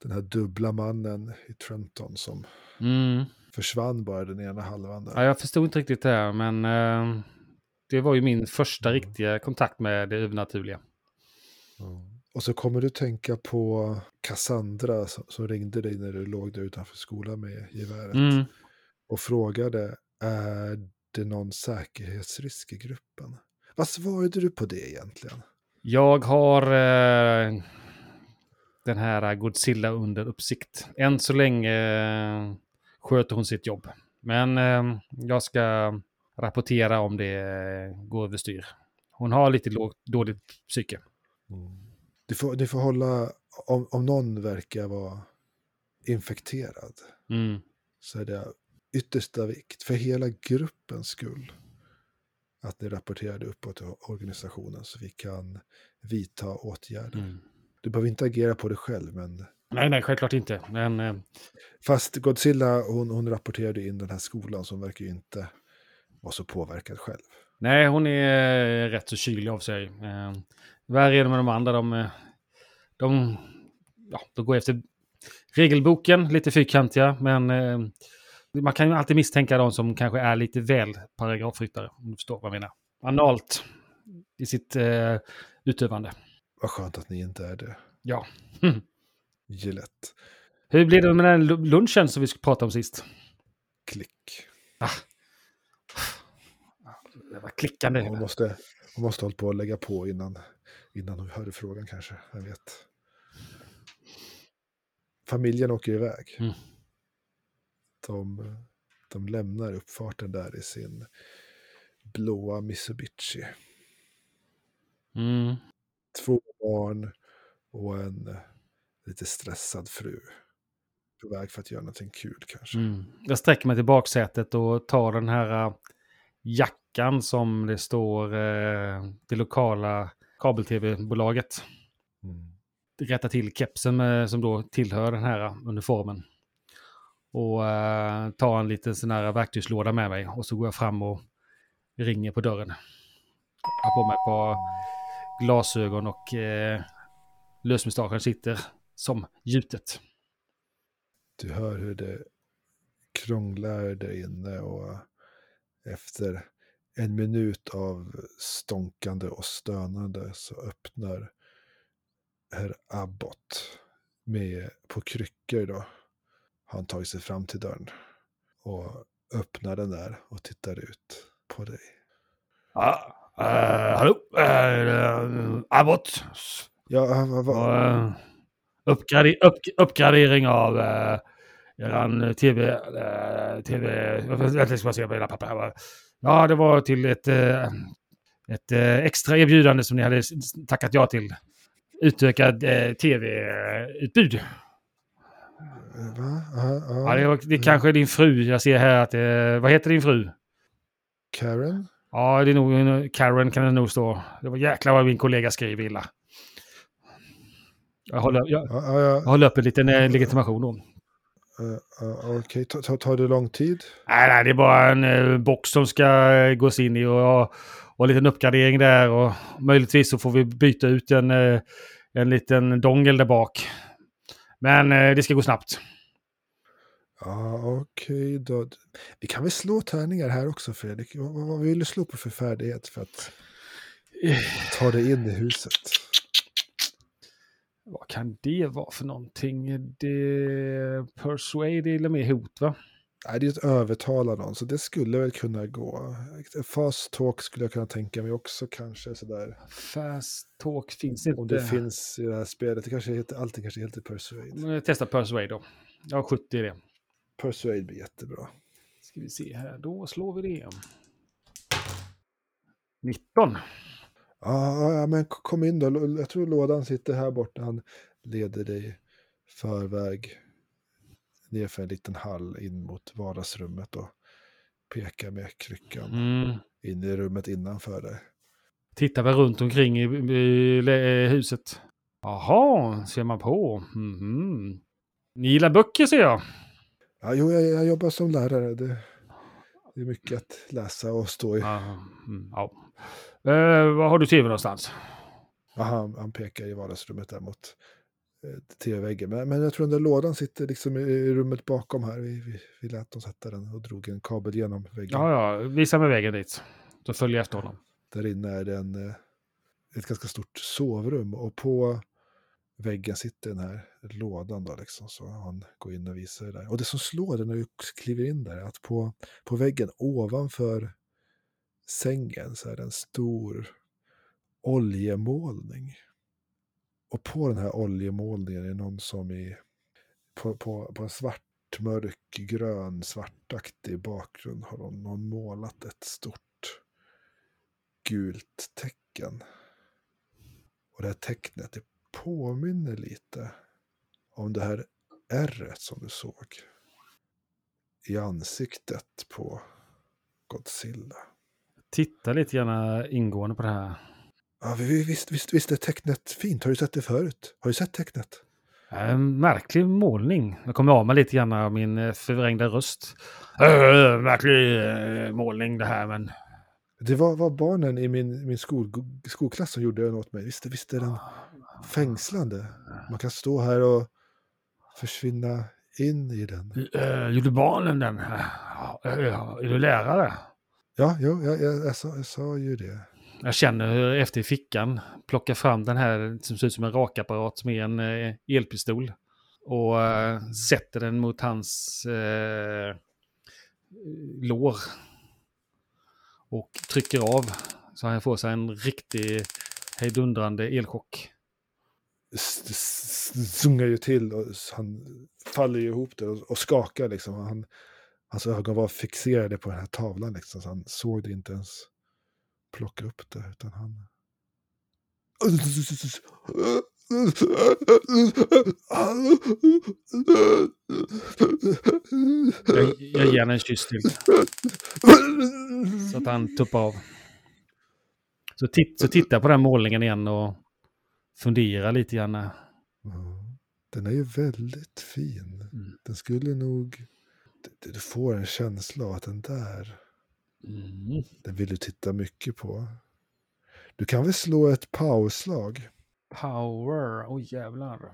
den här dubbla mannen i Trenton som Mm. försvann bara den ena halvan där. Ja, jag förstod inte riktigt det här, men eh, det var ju min första Mm. riktiga kontakt med det övernaturliga. Ja. Och så kommer du tänka på Cassandra som, som ringde dig när du låg där utanför skolan med geväret. Mm. Och frågade, är det någon säkerhetsrisk i gruppen? Vad svarade du på det egentligen? Jag har eh, den här Godzilla under uppsikt. Än så länge eh, sköter hon sitt jobb. Men eh, jag ska rapportera om det eh, går överstyr. Hon har lite lågt, dåligt psyke. Mm. Du, får, du får hålla, om, om någon verkar vara infekterad Mm. så är det yttersta vikt för hela gruppens skull att ni rapporterade uppåt till organisationen så vi kan vidta åtgärder. Mm. Du behöver inte agera på det själv, men... Nej, nej, självklart inte. Men, eh, Fast Godzilla, hon, hon rapporterade in den här skolan som verkar ju inte vara så påverkad själv. nej, hon är eh, rätt så kylig av sig. Eh, värre är det med de andra. De, eh, de, ja, de går efter regelboken, lite fyrkantiga, men eh, man kan ju alltid misstänka de som kanske är lite väl paragrafryttare, om du förstår vad jag menar. Analt i sitt eh, utövande. Vad skönt att ni inte är det. Ja. Gillett. Hur blir det med den lunchen som vi skulle prata om sist? Klick. Det var klickande. Hon måste, hon måste hålla på att lägga på innan, innan hon hörde frågan kanske. Jag vet. Familjen åker iväg. Mm. De, de lämnar uppfarten där i sin blåa Mitsubishi. Mm. Två barn och en lite stressad fru. På väg för att göra någonting kul kanske. Mm. Jag sträcker mig till baksätet och tar den här uh, jackan som det står uh, det lokala kabel-tv-bolaget. Mm. Rätta till kepsen med, som då tillhör den här uh, uniformen. Och uh, tar en liten sån här verktygslåda med mig. Och så går jag fram och ringer på dörren. Jag har på mig ett par glasögon och uh, lösmustaschen sitter som gjutet. Du hör hur det krånglar där inne och efter en minut av stånkande och stönande så öppnar herr Abbott med på kryckor då. Han tar sig fram till dörren och öppnar den där och tittar ut på dig. Ja, uh, hallå, uh, Abbott. Ja, vad... Va, Uh, uppgrader, upp, uppgradering av uh, eran tv... Uh, tv... Jag ska se på hela papper här. Ja, det var till ett, uh, ett uh, extra erbjudande som ni hade tackat ja till. Utökad uh, tv-utbud. Va? Aha, aha. Ja, det, var, det kanske är din fru. Jag ser här att... Uh, vad heter din fru? Karen? Ja, det är nog... Karen kan det nog stå. Det var jäklar vad min kollega skriver illa. Jag håller, jag, Ja, ja, ja. jag håller upp en liten eh, legitimation då. Uh, uh, Okej, okay. tar ta, ta det lång tid? Nej, nej, det är bara en eh, box som ska eh, gås in i och, och, och en liten uppgradering där. Och möjligtvis så får vi byta ut en, eh, en liten dongel där bak. Men eh, det ska gå snabbt. Ja, okej okay, då. Vi kan väl slå tärningar här också, Fredrik. Vad, vad vill du slå på för färdighet för att ta dig in i huset? Vad kan det vara för någonting? Det persuade eller mer hot, va? Nej, det är ett övertala någon, så det skulle väl kunna gå. Fast talk skulle jag kunna tänka mig också kanske sådär. Fast talk finns inte. Om det finns i det här spelet, det kanske heter, allting kanske heter persuade. Jag testar persuade då. Jag har sjuttio i det. Persuade blir jättebra. Ska vi se här, då slår vi det. nitton. Ja, ja, men kom in då. Jag tror lådan sitter här borta. Han leder dig förväg ner för en liten hall in mot vardagsrummet och pekar med kryckan Mm. in i rummet innanför dig. Tittar väl runt omkring i, i, i huset. Jaha, ser man på. Mm-hmm. Ni gillar böcker, ser jag. Ja, jo, jag, jag jobbar som lärare. Det, det är mycket att läsa och stå i. Ja. Mm, ja. Uh, vad har du tv någonstans? Ja, han, han pekar i vardagsrummet där mot till väggen. Men, men jag tror den där lådan sitter liksom i, i rummet bakom här. Vi, vi, vi lät dem sätta den och drog en kabel genom väggen. Ja, ja. Visa mig vägen dit. Då följer jag efter honom. Där inne är det en, ett ganska stort sovrum. Och på väggen sitter den här lådan då liksom. Så han går in och visar det där. Och det som slår det när du kliver in där är att på, på väggen ovanför sängen så är det en stor oljemålning. Och på den här oljemålningen är någon som i på, på, på en svart, mörk, grön, svartaktig bakgrund har någon, någon målat ett stort gult tecken. Och det här tecknet det påminner lite om det här ärret som du såg i ansiktet på Godzilla. Titta lite grann ingående på det här. Ja, visst, visst, visst är tecknet fint. Har du sett det förut? Har du sett tecknet? En märklig målning. Jag kommer av mig lite grann av min förvrängda röst. Äh, märklig äh, målning det här, men... Det var, var barnen i min, min skol, skolklass som gjorde den åt mig. Visst, visst är den fängslande? Man kan stå här och försvinna in i den. Äh, gjorde barnen den? Äh, är du lärare? Ja, jo, jag, jag, jag, sa, jag sa ju det. Jag känner hur efter i fickan plockar fram den här som ser ut som en rakapparat med en eh, elpistol. Och eh, sätter den mot hans eh, lår. Och trycker av så han får sig en riktig hejdundrande elchock. Zungar ju till och han faller ju ihop där och, och skakar liksom. Han, hans ögon var fixerade på den här tavlan liksom, så han såg det inte ens plocka upp det, utan han... Jag, jag ger henne en kyss till. Så att han tuppar av. Så, titt, så titta på den målningen igen och fundera lite grann. Ja, den är ju väldigt fin. Mm. Den skulle nog... Du får en känsla av att den där... Mm. Den vill du titta mycket på. Du kan väl slå ett powerslag? Power? Oj oh, jävlar.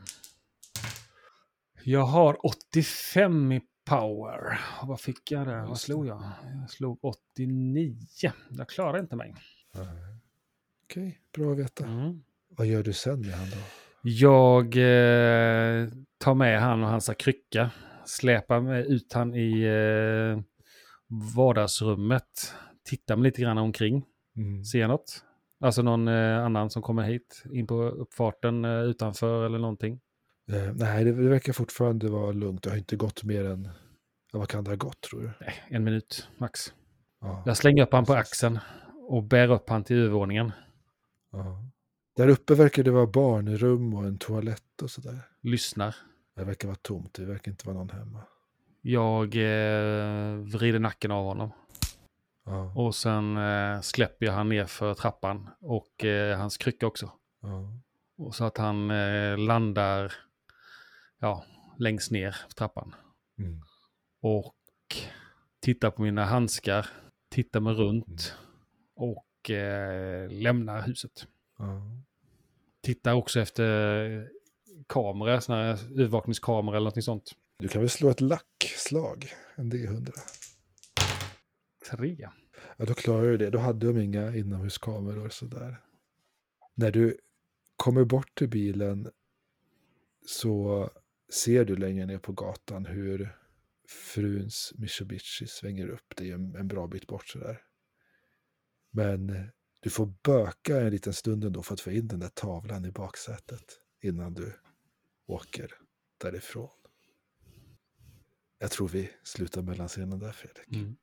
Jag har åttiofem i power. Vad fick jag där? Vad slog jag? Jag slog åttionio. Jag klarar inte mig. Okej, okay, bra att veta. Mm. Vad gör du sen med han då? Jag eh, tar med han och hans krycka. Släpar med ut han i eh, vardagsrummet. Tittar mig lite grann omkring. Mm. Ser något? Alltså någon eh, annan som kommer hit. In på uppfarten eh, utanför eller någonting. Eh, nej, det verkar fortfarande vara lugnt. Det har inte gått mer än... Ja, vad kan det ha gått, tror du? Nej, en minut max. Ja. Jag slänger upp han på axeln. Och bär upp han till övervåningen. Ja. Där uppe verkar det vara barnrum och en toalett och sådär. Lyssnar. Det verkar vara tomt. Det verkar inte vara någon hemma. Jag eh, vrider nacken av honom. Ja. Och sen eh, släpper jag han ner för trappan. Och eh, hans krycka också. Ja. Och så att han eh, landar ja, längst ner för trappan. Mm. Och tittar på mina handskar. Tittar mig runt. Mm. Och eh, lämnar huset. Ja. Tittar också efter kamera, såna här övervakningskamera eller något sånt. Du kan väl slå ett lackslag, en D hundra. Tre. Ja, då klarar du det. Då hade de inga inomhuskameror sådär. När du kommer bort till bilen så ser du längre ner på gatan hur fruns Mitsubishi svänger upp. Det är en, en bra bit bort sådär. Men du får böka en liten stund ändå för att få in den där tavlan i baksätet innan du åker därifrån. Jag tror vi slutar mellan scenen där, Fredrik. Mm.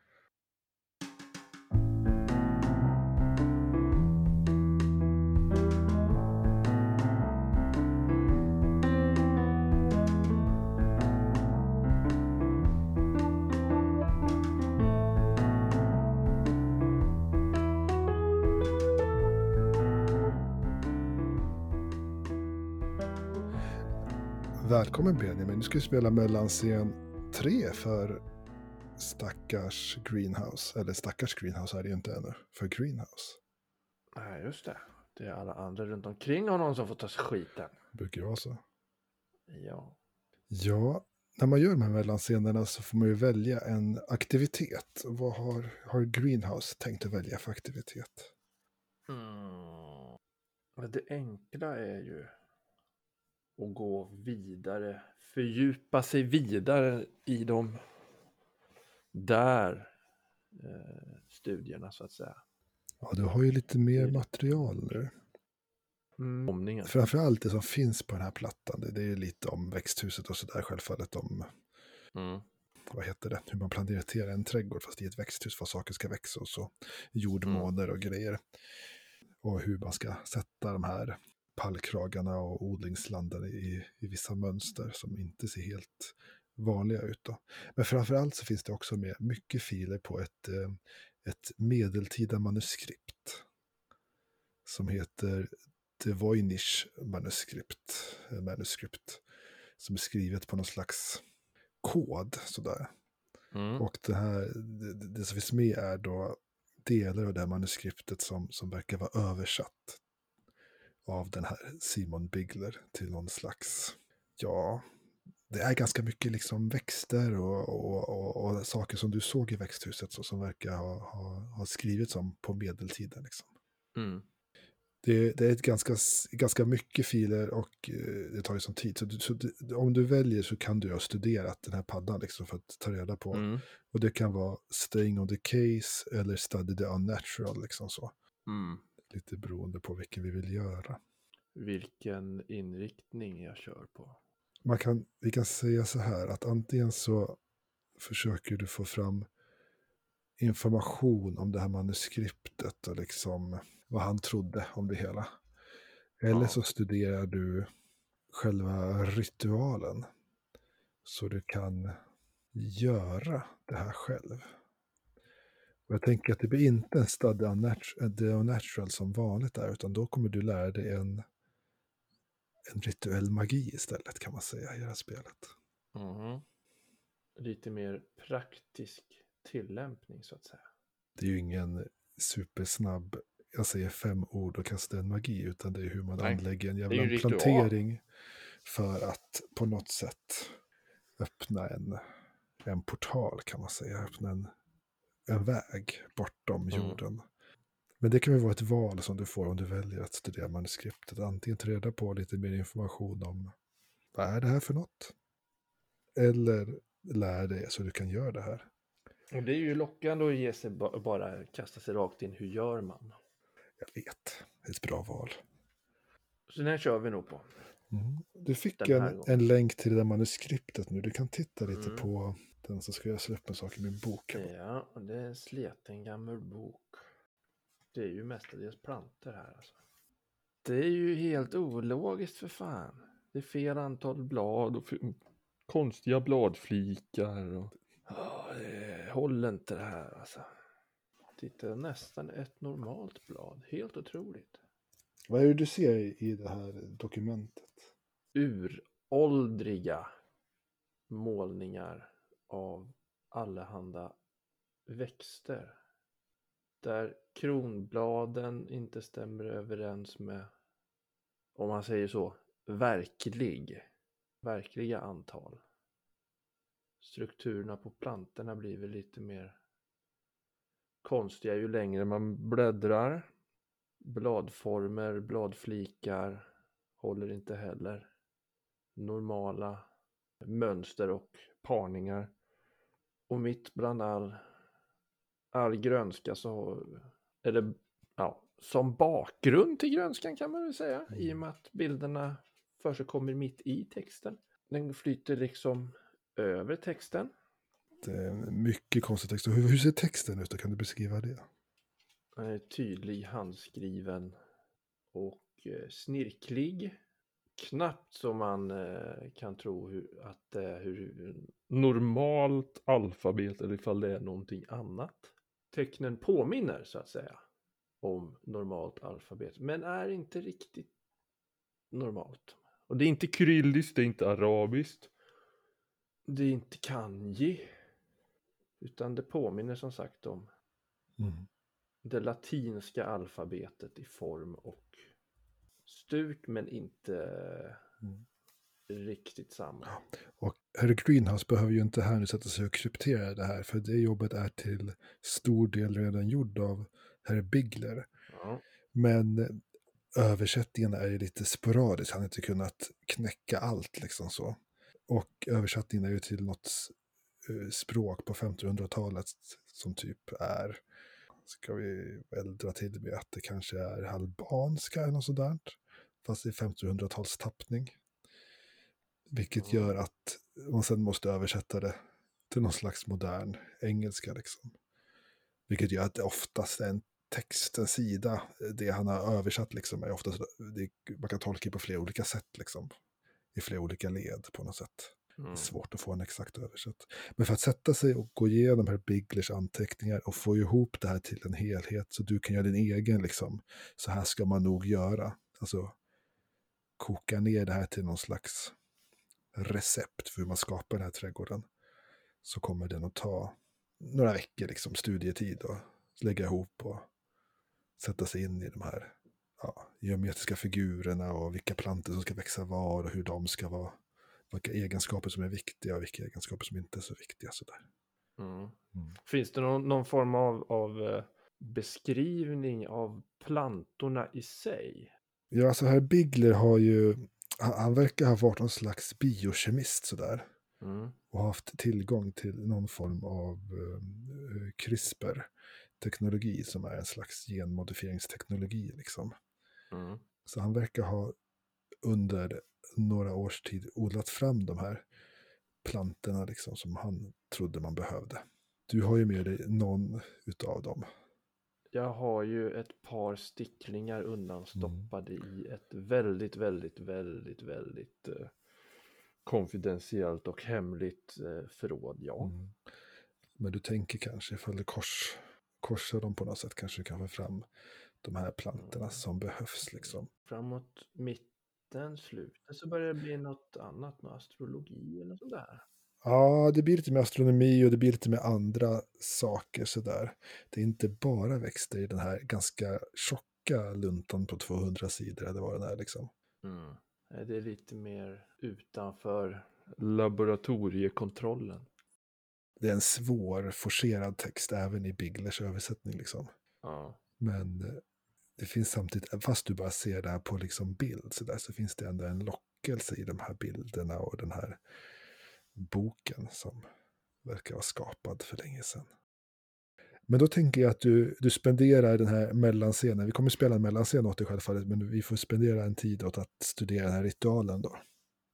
Välkommen Benjamin, nu ska vi spela mellanscen tre för stackars Greenhouse. Eller stackars Greenhouse är det ju inte ännu, för Greenhouse. Nej, just det. Det är alla andra runt omkring honom som får ta skiten. Brukar vara så. Ja. Ja, när man gör de här mellanscenerna så får man ju välja en aktivitet. Vad har, har Greenhouse tänkt att välja för aktivitet? Mm. Det enkla är ju att gå vidare, fördjupa sig vidare i de där eh, studierna så att säga. Ja, du har ju lite mer material nu. Mm. Omningen. Framförallt det som finns på den här plattan, det, det är ju lite om växthuset och sådär, självfallet om, Mm. vad heter det, hur man planerar en trädgård fast i ett växthus, var saker ska växa och så, jordmåner och grejer. Och hur man ska sätta de här pallkragarna och odlingslanden i, i vissa mönster som inte ser helt vanliga ut då. Men framförallt så finns det också med mycket filer på ett, eh, ett medeltida manuskript som heter The Voynich manuskript, manuskript som är skrivet på någon slags kod sådär. Mm. Och det här, det, det som finns med är då delar av det här manuskriptet som, som verkar vara översatt av den här Simon Bigler till någon slags, ja, det är ganska mycket liksom växter och, och, och, och saker som du såg i växthuset så, som verkar ha, ha, ha skrivits om på medeltiden liksom. Mm. Det, det är ett ganska, ganska mycket filer och eh, det tar ju sån tid. Så, du, så du, om du väljer så kan du ha studerat den här paddan liksom för att ta reda på. Mm. Och det kan vara staying on the case eller study the unnatural liksom så. Mm. Lite beroende på vilken vi vill göra. Vilken inriktning jag kör på. Man kan, vi kan säga så här att antingen så försöker du få fram information om det här manuskriptet och liksom vad han trodde om det hela. Eller Ja. så studerar du själva ritualen så du kan göra det här själv. Och jag tänker att det blir inte en study unnatural som vanligt där, utan då kommer du lära dig en, en rituell magi istället kan man säga i det här spelet. Mm. Lite mer praktisk tillämpning så att säga. Det är ju ingen supersnabb, jag säger fem ord och kastar en magi, utan det är hur man Nej, anlägger en det är jävla ju ritual. plantering för att på något sätt öppna en, en portal kan man säga, öppna en, en väg bortom Mm. jorden. Men det kan ju vara ett val som du får om du väljer att studera manuskriptet. Antingen ta reda på lite mer information om vad är det här för något? Eller lär dig så du kan göra det här. Och det är ju lockande att ge sig ba- bara kasta sig rakt in. Hur gör man? Jag vet, det är ett bra val. Så den här kör vi nog på. Mm. Du fick Den här en, gången. en länk till det där manuskriptet nu. Du kan titta lite Mm. på den, så ska jag slå upp en sak i min bok. Ja, och det är en sleten gammal bok. Det är ju mestadels planter här alltså. Det är ju helt ologiskt för fan. Det är fel antal blad och f- konstiga bladflikar. Och... Oh, det håller inte det här alltså. Titta, nästan ett normalt blad. Helt otroligt. Vad är det du ser i, i det här dokumentet? Uråldriga målningar av allehanda växter. Där kronbladen inte stämmer överens med, om man säger så, verklig, verkliga antal. Strukturerna på plantorna blir väl lite mer konstiga ju längre man bläddrar. Bladformer, bladflikar håller inte heller. Normala mönster och parningar. Och mitt bland all, all grönska så, eller ja, som bakgrund till grönskan kan man väl säga. I och med att bilderna förekommer mitt i texten. Den flyter liksom över texten. Det är mycket konstig text. Hur, hur ser texten ut? Kan du beskriva det? Den är tydlig, handskriven och eh, snirklig. Knappt som man eh, kan tro hur, att det är hur normalt alfabet eller ifall det är någonting annat. Tecknen påminner så att säga om normalt alfabet, men är inte riktigt normalt. Och det är inte kyrilliskt, det är inte arabiskt. Det är inte kanji. Utan det påminner som sagt om Mm. det latinska alfabetet i form och stuk, men inte Mm. riktigt samma. Och herr Greenhouse behöver ju inte här nu sätta sig och kryptera det här, för det jobbet är till stor del redan gjord av herr Bigler. Ja. Men översättningen är ju lite sporadisk, han har inte kunnat knäcka allt liksom så. Och översättningen är ju till något uh, språk på femtonhundratalet som typ är, ska vi väl dra till med att det kanske är albanska eller något sådant, fast det är femtonhundratalstappning. Vilket gör att man sen måste översätta det till någon slags modern engelska liksom. Vilket gör att det oftast är en text, en sida, det han har översatt liksom är oftast, det, man kan tolka på flera olika sätt liksom. I flera olika led på något sätt. Mm. Det är svårt att få en exakt översätt. Men för att sätta sig och gå igenom här Biglers anteckningar och få ihop det här till en helhet så du kan göra din egen liksom. Så här ska man nog göra. Alltså koka ner det här till någon slags recept för hur man skapar den här trädgården. Så kommer den att ta några veckor liksom studietid och lägga ihop och sätta sig in i de här ja, geometriska figurerna och vilka plantor som ska växa var och hur de ska vara, vilka egenskaper som är viktiga och vilka egenskaper som inte är så viktiga. Sådär. Mm. Mm. Finns det någon, någon form av, av beskrivning av plantorna i sig? Ja, alltså herr Bigler har ju, han, han verkar ha varit någon slags biokemist sådär. Mm. Och haft tillgång till någon form av uh, CRISPR-teknologi som är en slags genmodifieringsteknologi liksom. Mm. Så han verkar ha under några års tid odlat fram de här plantorna liksom som han trodde man behövde. Du har ju med dig någon utav dem. Jag har ju ett par sticklingar undanstoppade mm. i ett väldigt, väldigt, väldigt, väldigt uh, konfidentiellt och hemligt uh, förråd, ja. Mm. Men du tänker kanske ifall du kors, korsar dem på något sätt kanske du kan få fram de här plantorna mm. som behövs liksom. Framåt mitten, slutet så börjar det bli något annat med astrologi eller sådär. Ja, det blir lite med astronomi och det blir lite med andra saker sådär. Det är inte bara växter i den här ganska tjocka luntan på tvåhundra sidor eller vad det är liksom. Mm. Det är lite mer utanför laboratoriekontrollen. Det är en svår, forcerad text även i Biglers översättning liksom. Ja. Men det finns samtidigt, fast du bara ser det här på liksom bild så, där, så finns det ändå en lockelse i de här bilderna och den här boken som verkar vara skapad för länge sedan. Men då tänker jag att du, du spenderar den här mellanscenen. Vi kommer spela en mellanscen åt dig självfallet, men vi får spendera en tid åt att studera den här ritualen då.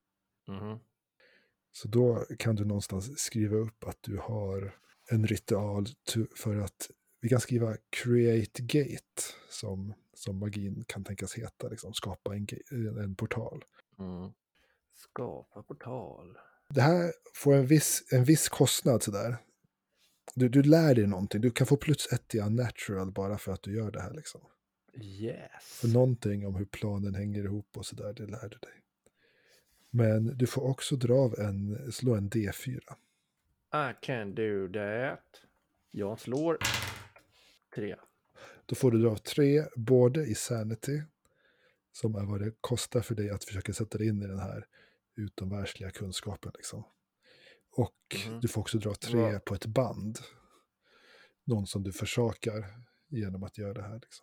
Mm. Så då kan du någonstans skriva upp att du har en ritual för att, vi kan skriva create gate som, som magin kan tänkas heta, liksom skapa en, en portal. Mm. Skapa portal. Det här får en viss, en viss kostnad sådär. Du, du lär dig någonting. Du kan få plus ett i unnatural bara för att du gör det här liksom. Yes. För någonting om hur planen hänger ihop och sådär, det lär du dig. Men du får också dra av en, slå en D fyra. I can do that. Jag slår tre. Då får du dra av tre, både i sanity, som är vad det kostar för dig att försöka sätta dig in i den här utomvärldsliga kunskapen liksom. Och mm. du får också dra tre wow. på ett band. Någon som du försakar genom att göra det här liksom.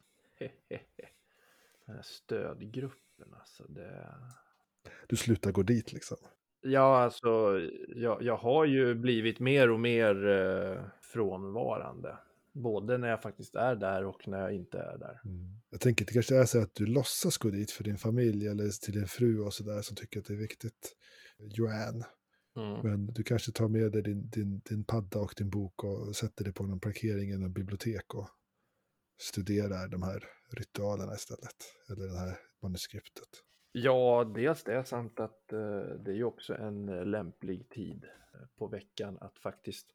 Den här stödgruppen alltså, det... Du slutar gå dit liksom. Ja, alltså jag, jag har ju blivit mer och mer eh, frånvarande. Både när jag faktiskt är där och när jag inte är där. Mm. Jag tänker att det kanske är så att du låtsas gå dit för din familj eller till din fru och sådär som tycker att det är viktigt. Joanne. Mm. Men du kanske tar med dig din, din, din padda och din bok och sätter dig på någon parkering i en bibliotek och studerar de här ritualerna istället. Eller det här manuskriptet. Ja, dels det samt att uh, det är ju också en uh, lämplig tid uh, på veckan att faktiskt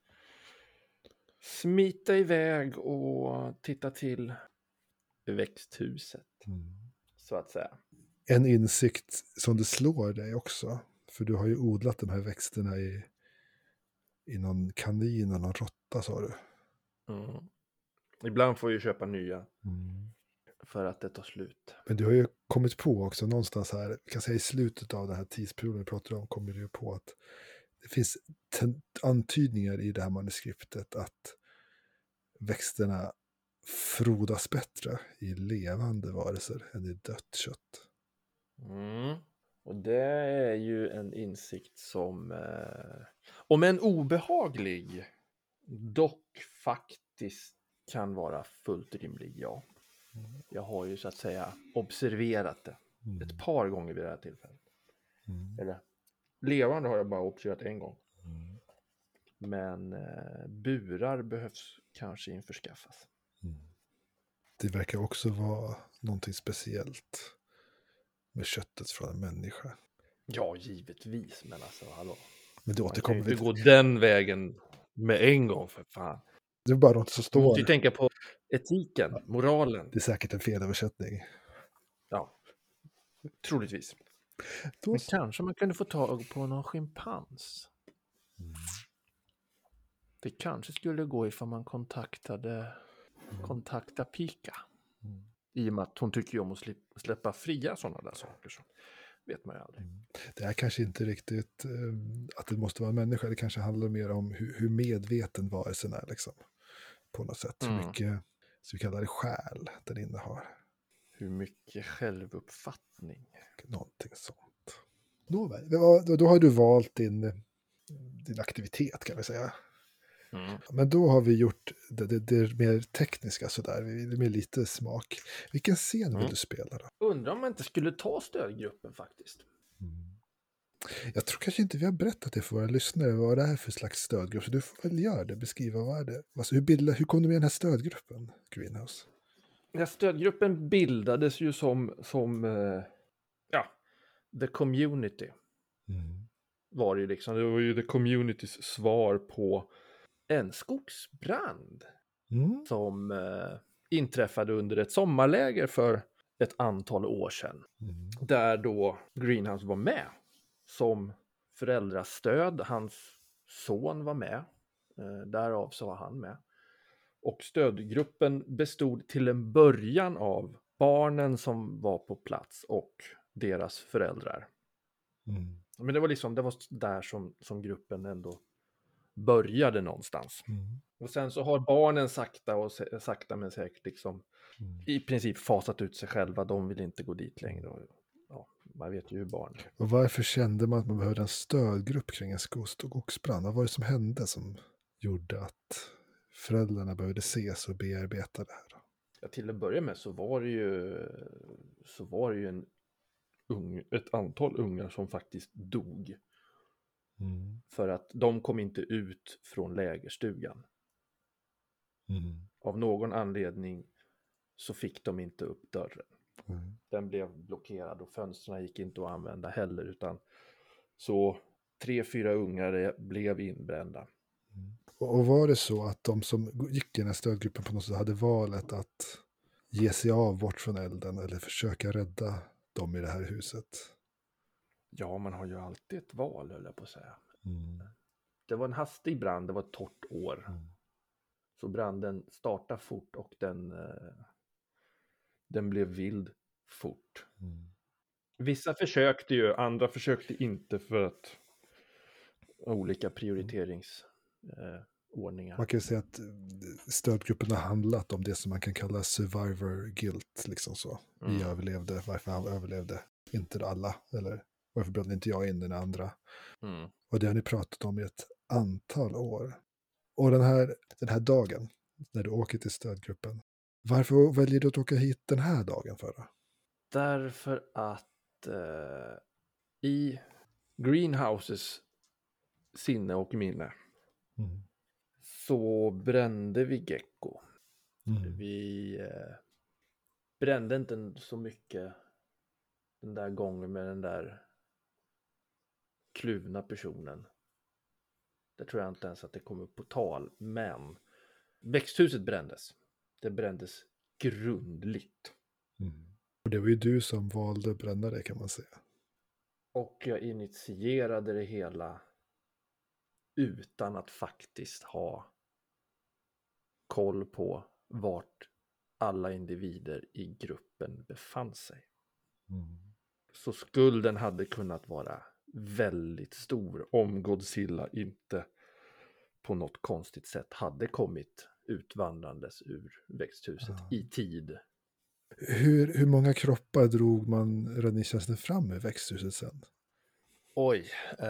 smita iväg och titta till växthuset. Mm. Så att säga. En insikt som det slår dig också. För du har ju odlat de här växterna i, i någon kanin och någon råtta, sa du. Mm. Ibland får jag köpa nya. Mm. för att det tar slut. Men du har ju kommit på också någonstans här, jag kan säga i slutet av den här tidsperioden vi pratar om, kommer du ju på att det finns ten- antydningar i det här manuskriptet att växterna frodas bättre i levande varelser än i dött kött. Mm. Och det är ju en insikt som, eh, om en obehaglig, dock faktiskt kan vara fullt rimlig, ja. Jag har ju så att säga observerat det Mm. ett par gånger vid det här tillfället. Mm. Eller levande har jag bara observerat en gång. Mm. Men eh, burar behövs kanske införskaffas. Mm. Det verkar också vara någonting speciellt med köttet från en människa. Ja, givetvis, men alltså, hallå. Men det Man kan återkommer ju vi inte till. gå den vägen med en gång, för fan. Det är bara något som Man står. måste ju tänka på etiken, moralen. Det är säkert en felöversättning. Ja, troligtvis. Då Men så. kanske man kunde få tag på någon schimpans. Mm. Det kanske skulle gå ifall man kontaktade kontakta Pika. Mm. I och med att hon tycker om att slip- släppa fria sådana där saker. Så vet man ju aldrig. Det är kanske inte riktigt um, att det måste vara en människa. Det kanske handlar mer om hur, hur medveten varelsen är. Liksom, på något sätt. Mm. Hur mycket, så vi kallar det själ den innehar. Hur mycket självuppfattning. Någonting sånt. Nåväl, då, då har du valt din, din aktivitet kan vi säga. Mm. Men då har vi gjort det, det, det mer tekniska sådär. Vi är med lite smak. Vilken scen vill Mm. du spela då? Undrar om man inte skulle ta stödgruppen faktiskt. Jag tror kanske inte vi har berättat det för våra lyssnare. Vad det är för slags stödgrupp. Så du får väl göra det. Beskriva vad är det. Alltså, hur, bildade, hur kom du med den här stödgruppen, Greenhouse? Den här stödgruppen bildades ju som, som eh, ja, the community. Mm. Var det ju liksom. Det var ju the communitys svar på en skogsbrand. Mm. Som eh, inträffade under ett sommarläger för ett antal år sedan. Mm. Där då Greenhouse var med som föräldrastöd. Hans son var med. Eh, därav så var han med. Och stödgruppen bestod till en början av barnen som var på plats och deras föräldrar. Mm. Men det var liksom, det var där som, som gruppen ändå började någonstans. Mm. Och sen så har barnen sakta och sakta men säkert liksom Mm. i princip fasat ut sig själva. De vill inte gå dit längre. Och, ja, man vet ju hur barn är. Och varför kände man att man behövde en stödgrupp kring en skogsbrand? Vad var det som hände som gjorde att föräldrarna behövde ses och bearbeta det här? Då? Ja, till att börja med så var det ju så var det ju en ung, ett antal ungar som faktiskt dog. Mm. För att de kom inte ut från lägerstugan. Mm. Av någon anledning så fick de inte upp dörren. Mm. Den blev blockerad och fönstren gick inte att använda heller. Utan så tre, fyra ungar blev inbrända. Mm. Och, och var det så att de som gick i den här stödgruppen på något sätt hade valet att ge sig av bort från elden eller försöka rädda dem i det här huset? Ja, man har ju alltid ett val, höll jag på att säga. Mm. Det var en hastig brand, det var ett torrt år. Mm. Så branden startade fort och den, eh, den blev vild fort. Mm. Vissa försökte ju, andra försökte inte för att olika prioriteringsordningar. Eh, Man kan ju säga att stödgruppen har handlat om det som man kan kalla survivor guilt. Liksom så. Vi Mm. överlevde, varför han överlevde inte alla? Eller varför blev inte jag in den andra? Mm. Och det har ni pratat om i ett antal år. Och den här, den här dagen, när du åker till stödgruppen, varför väljer du att åka hit den här dagen för då? Därför att eh, i Greenhouses sinne och minne Mm. så brände vi Gecko. Mm. Vi eh, brände inte så mycket den där gången med den där kluvna personen. Det tror jag inte ens att det kom upp på tal. Men växthuset brändes. Det brändes grundligt. Mm. Och det var ju du som valde att bränna det kan man säga. Och jag initierade det hela utan att faktiskt ha koll på vart alla individer i gruppen befann sig. Mm. Så skulden hade kunnat vara väldigt stor om Godzilla inte på något konstigt sätt hade kommit utvandrandes ur växthuset Ja. i tid. Hur, hur många kroppar drog man räddningstjänsten fram i växthuset sen? Oj. Eh,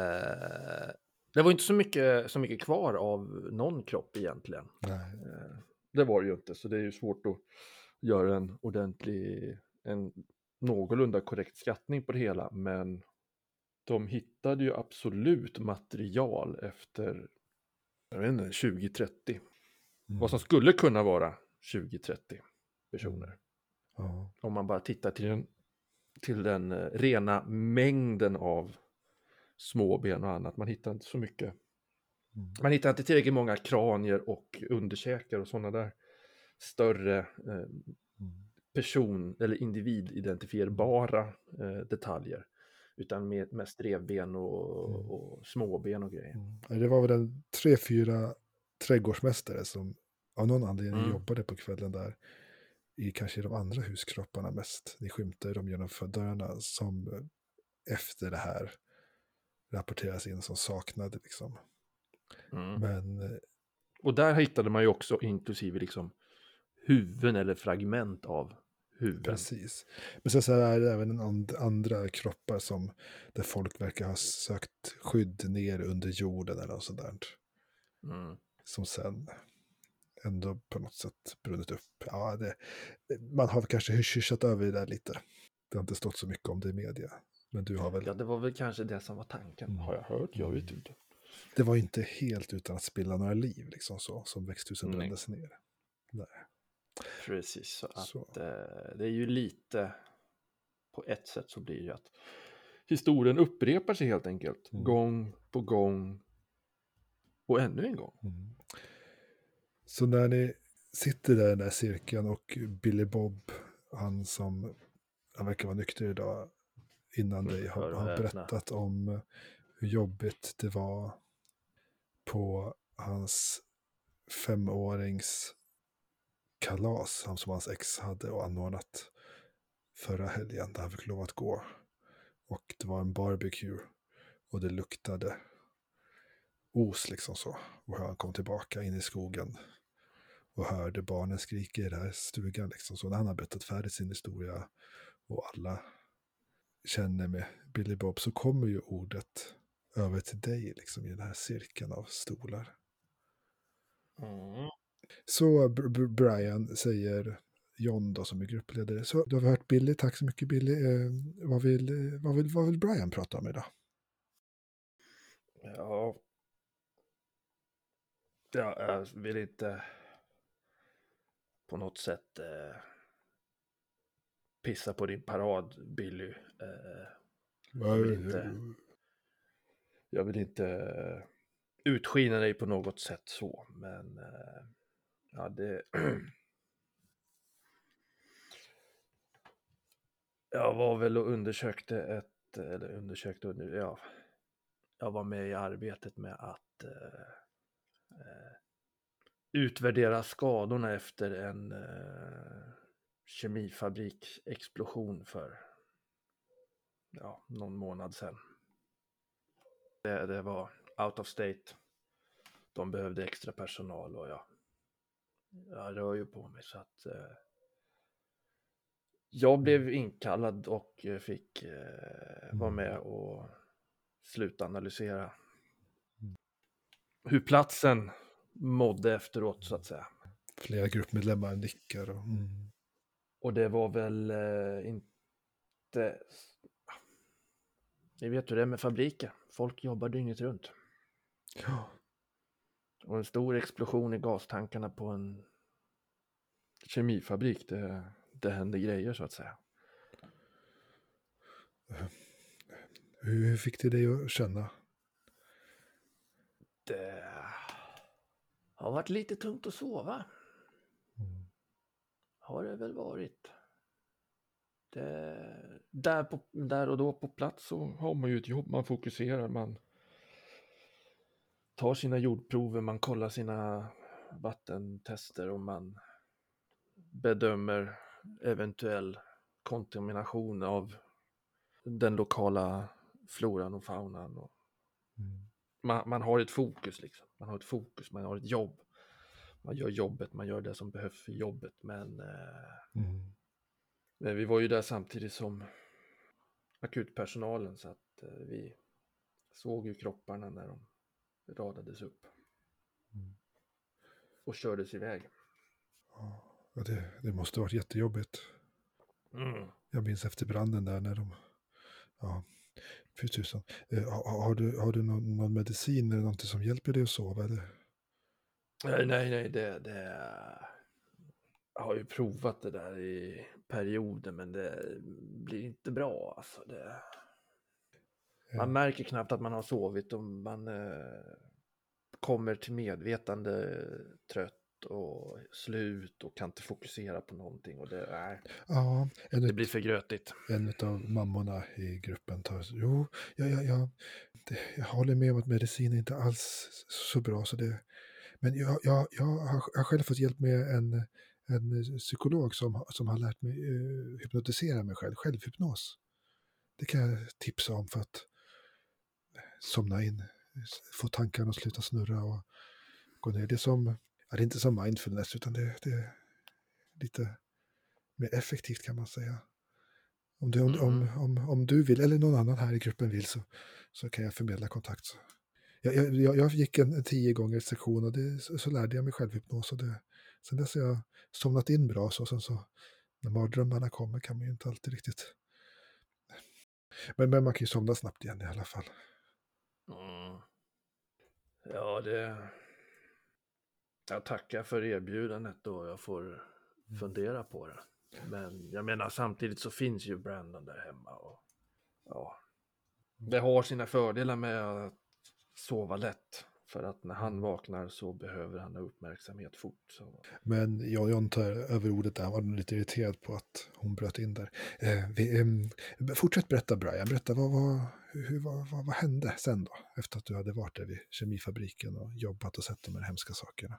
det var inte så mycket, så mycket kvar av någon kropp egentligen. Nej. Eh, det var det ju inte, så det är ju svårt att göra en ordentlig, en någorlunda korrekt skattning på det hela, men de hittade ju absolut material efter, jag vet inte, tjugo trettio. Mm. Vad som skulle kunna vara tjugo trettio personer. Ja. Om man bara tittar till den, till den eh, rena mängden av småben och annat. Man hittar inte så mycket. Mm. Man hittar inte tillräckligt många kranier och underkäkar och sådana där större eh, Mm. person- eller individidentifierbara eh, detaljer. Utan med, mest revben och, Mm. och småben och grejer. Mm. Det var väl en tre, fyra trädgårdsmästare som av någon anledning Mm. jobbade på kvällen där. I kanske de andra huskropparna mest. Ni skymtade dem genom dörrarna som efter det här rapporteras in som saknade liksom. Mm. Men eh, Och där hittade man ju också inklusive liksom huvuden eller fragment av huvuden. precis. Men sen så är det även en and, andra kroppar som där folk verkar ha sökt skydd ner under jorden eller något sånt där. Mm. Som sen ändå på något sätt brunnit upp. Ja, det, man har kanske hyschat över det där lite. Det har inte stått så mycket om det i media. Men du har väl... Ja, det var väl kanske det som var tanken. Mm. Har jag hört? Jag vet inte. Det var inte helt utan att spilla några liv liksom så, som växthuset Nej. brändes ner. Nej. Precis, så att Så. Eh, det är ju lite, på ett sätt så blir det ju att historien upprepar sig helt enkelt. Mm. Gång på gång och ännu en gång. Mm. Så när ni sitter där i den där cirkeln och Billy Bob, han som, han verkar vara nykter idag, innan dig har, Hör och har häpna. berättat om hur jobbigt det var på hans femårings kalas, han som hans ex hade och anordnat förra helgen där han fick lov att gå. Och det var en barbecue och det luktade os liksom så. Och han kom tillbaka in i skogen och hörde barnen skrika i den här stugan liksom. Så när han har berättat färdigt sin historia och alla känner med Billy Bob så kommer ju ordet över till dig liksom i den här cirkeln av stolar. Mm. Så B- B- Brian säger John då som är gruppledare. Så du har hört Billy, tack så mycket Billy. Eh, vad, vill, eh, vad, vill, vad vill Brian prata om idag? Ja. Ja, jag vill inte på något sätt eh, pissa på din parad, Billy. Eh, jag vill inte, jag vill inte eh, utskina dig på något sätt så, men eh, ja, det... Jag var väl och undersökte ett, eller undersökte, under, ja, jag var med i arbetet med att eh, eh, utvärdera skadorna efter en eh, kemifabriksexplosion för ja, någon månad sedan. Det, det var out of state. De behövde extra personal och ja, jag rör ju på mig så att eh, jag blev inkallad och fick eh, vara med och slutanalysera hur platsen mådde efteråt så att säga. Flera gruppmedlemmar nickar. Och, mm. Och det var väl eh, inte... Ni vet hur det är med fabriker. Folk jobbar dygnet runt. Ja. Och en stor explosion i gastankarna på en kemifabrik, det, det händer grejer så att säga. Hur, hur fick det dig att känna? Det har varit lite tungt att sova. Mm. Har det väl varit. Det, där, på, där och då på plats så har man ju ett jobb, man fokuserar, man tar sina jordprover, man kollar sina vattentester och man bedömer eventuell kontamination av den lokala floran och faunan. Och Mm. man, man har ett fokus liksom. Man har ett fokus, man har ett jobb. Man gör jobbet, man gör det som behövs för jobbet. Men, eh, Mm. men vi var ju där samtidigt som akutpersonalen, så att eh, vi såg ju kropparna när de radades upp. Mm. Och kördes iväg. Ja, det, det måste ha varit jättejobbigt. Mm. Jag minns efter branden där när de... Ja, fy tusan. Eh, har, har du, har du någon, någon medicin eller någonting som hjälper dig att sova? Eller? Nej, nej, nej, det, det... Jag har ju provat det där i perioder, men det blir inte bra. Alltså det... Man märker knappt att man har sovit och man eh, kommer till medvetande trött och slut och kan inte fokusera på någonting. Och det, nej, Ja, en, det blir för grötigt. En av mammorna i gruppen tar... Jo, jag, jag, jag, det, jag håller med om att medicin är inte alls så bra. Så det, men jag, jag, jag, har, jag har själv fått hjälp med en, en psykolog som, som har lärt mig uh, hypnotisera mig själv, självhypnos. Det kan jag tipsa om för att somna in, få tankarna att sluta snurra och gå ner. Det är som, ja, det är inte som mindfulness, utan det, det är lite mer effektivt kan man säga. Om du, om, om, om, om du vill, eller någon annan här i gruppen vill, så, så kan jag förmedla kontakt. Så. Jag, jag, jag gick en, en tio gånger sektion och det, så, så lärde jag mig självhypnos. Och det, sen dess har jag somnat in bra. Så, sen så, när mardrömmarna kommer kan man ju inte alltid riktigt... Men, men man kan ju somna snabbt igen i alla fall. Mm. Ja, det... Jag tackar för erbjudandet och jag får fundera på det. Men jag menar, samtidigt så finns ju Brandon där hemma. Och, ja, det har sina fördelar med att sova lätt. För att när han vaknar så behöver han ha uppmärksamhet fort. Så. Men jag, jag tar över ordet där. Han var lite irriterad på att hon bröt in där. Eh, vi, eh, fortsätt berätta, Brian. Berätta, vad, vad, hur, vad, vad, vad hände sen då? Efter att du hade varit där vid kemifabriken och jobbat och sett de här hemska sakerna.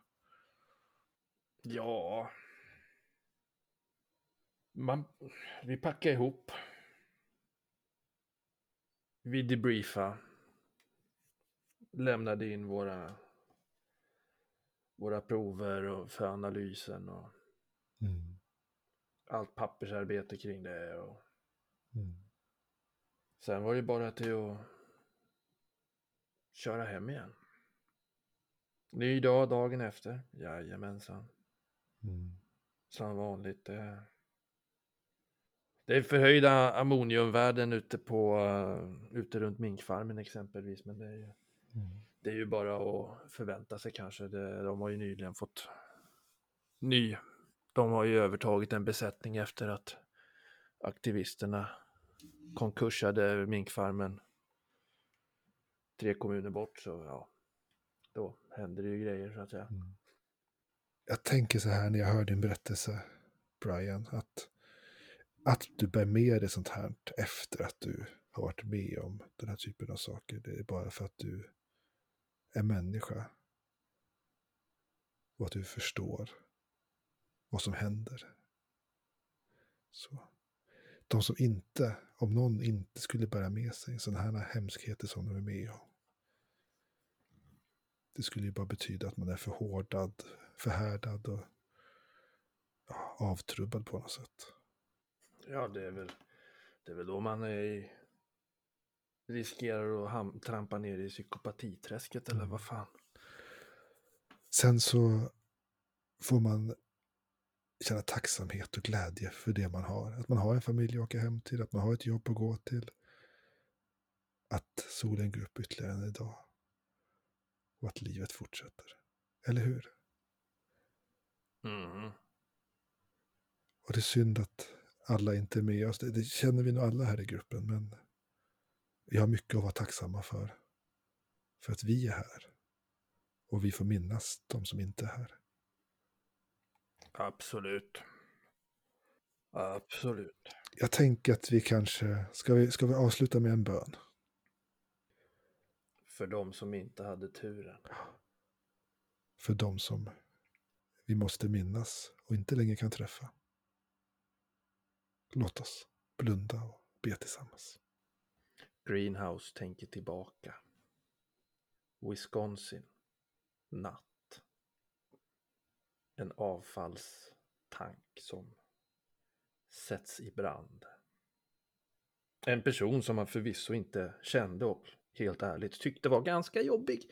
Ja... Man, vi packade ihop. Vi debriefade. Lämnade in våra våra prover och för analysen och Mm. allt pappersarbete kring det. Och Mm. sen var det bara till att köra hem igen. Ny dag dagen efter. Jajamensan. Mm. Som vanligt. Det, det är förhöjda ammoniumvärden ute på uh, ute runt minkfarmen exempelvis, men det är ju Mm. det är ju bara att förvänta sig kanske. Det, de har ju nyligen fått ny. De har ju övertagit en besättning efter att aktivisterna konkursade minkfarmen tre kommuner bort, så ja, då händer det ju grejer så att säga. Mm. Jag tänker så här när jag hör din berättelse, Brian, att att du bär med dig sånt här efter att du har varit med om den här typen av saker. Det är bara för att du är människa och att du förstår vad som händer. Så. De som inte, om någon inte skulle bära med sig sådana här hemskheter som de är med om, det skulle ju bara betyda att man är förhårdad, förhärdad och ja, avtrubbad på något sätt. Ja, det är väl det är väl då man är i, riskerar att ham- trampa ner i psykopatiträsket eller vad fan. Sen så får man känna tacksamhet och glädje för det man har. Att man har en familj att åka hem till, att man har ett jobb att gå till. Att solen går upp ytterligare en dag. Och att livet fortsätter. Eller hur? Mm. Och det är synd att alla inte är med oss. Det, det känner vi nog alla här i gruppen. Men vi har mycket att vara tacksamma för. För att vi är här. Och vi får minnas de som inte är här. Absolut. Absolut. Jag tänker att vi kanske... Ska vi, ska vi avsluta med en bön? För de som inte hade turen. För de som vi måste minnas och inte längre kan träffa. Låt oss blunda och be tillsammans. Greenhouse tänker tillbaka. Wisconsin. Natt. En avfallstank som sätts i brand. En person som han förvisso inte kände och helt ärligt tyckte var ganska jobbig.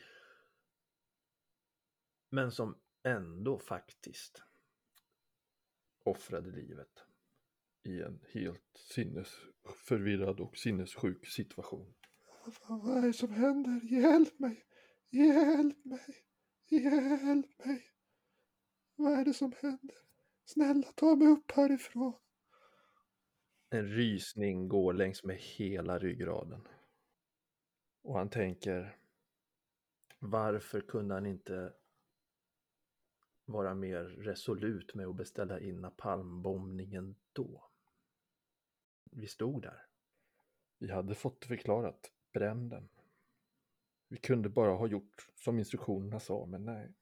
Men som ändå faktiskt offrade livet i en helt sinnesförvirrad och sinnessjuk situation. Vad är det som händer? Hjälp mig! Hjälp mig! Hjälp mig! Vad är det som händer? Snälla, ta mig upp härifrån. En rysning går längs med hela ryggraden. Och han tänker, varför kunde han inte vara mer resolut med att beställa in napalmbombningen då? Vi stod där. Vi hade fått förklarat bränden. Vi kunde bara ha gjort som instruktionerna sa, men nej.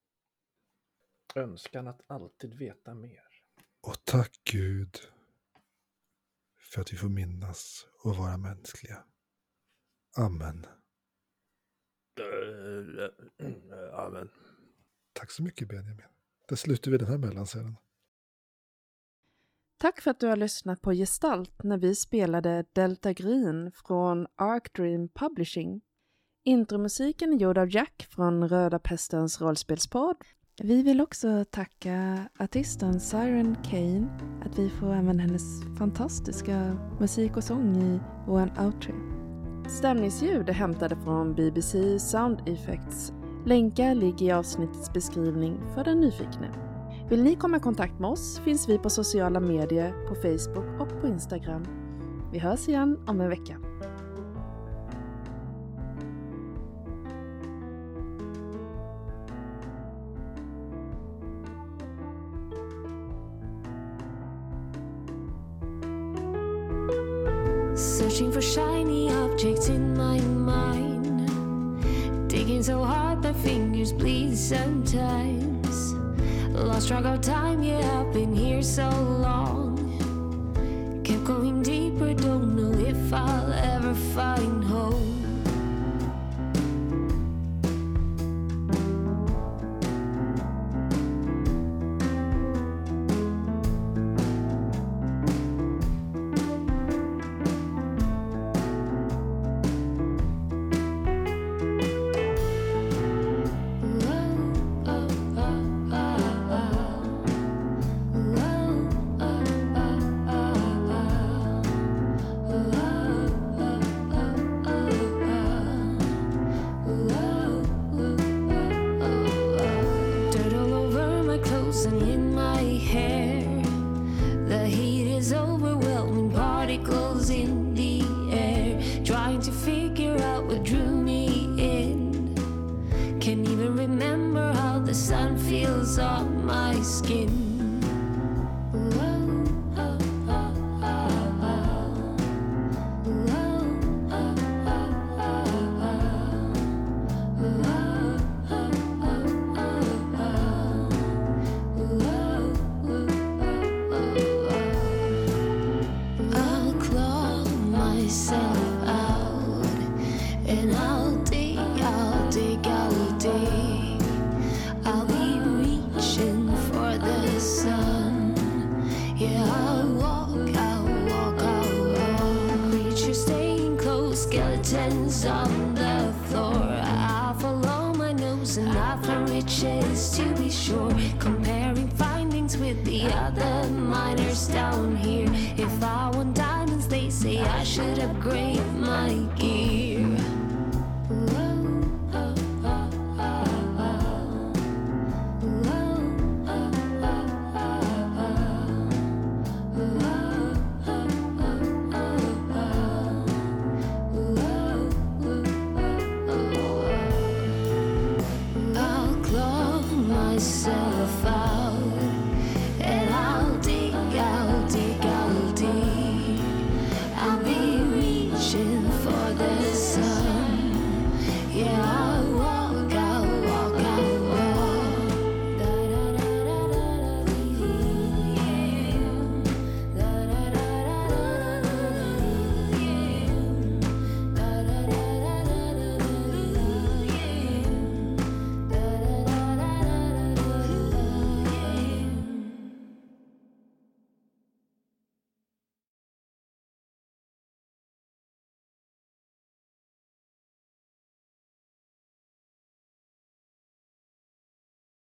Önskan att alltid veta mer. Och tack Gud för att vi får minnas och vara mänskliga. Amen. Amen. Tack så mycket Benjamin. Där slutar vi den här mellanscenen. Tack för att du har lyssnat på Gestalt när vi spelade Delta Green från Arc Dream Publishing. Intromusiken är gjord av Jack från Röda Pestens rollspelspodd. Vi vill också tacka artisten Siren Kane att vi får använda hennes fantastiska musik och sång i vår outro. Stämningsljud är hämtade från B B C Sound Effects. Länkar ligger i avsnittets beskrivning för den nyfikna. Vill ni komma i kontakt med oss finns vi på sociala medier, på Facebook och på Instagram. Vi hörs igen om en vecka. Searching for shiny objects in my mind, digging so hard my fingers bleed sometimes. Lost track of time, yeah, I've been here so long. Kept going deeper, don't know if I'll ever find home. On the floor, I follow my nose and I find riches to be sure. Comparing findings with the other miners down here. If I want diamonds, they say I should upgrade my gear.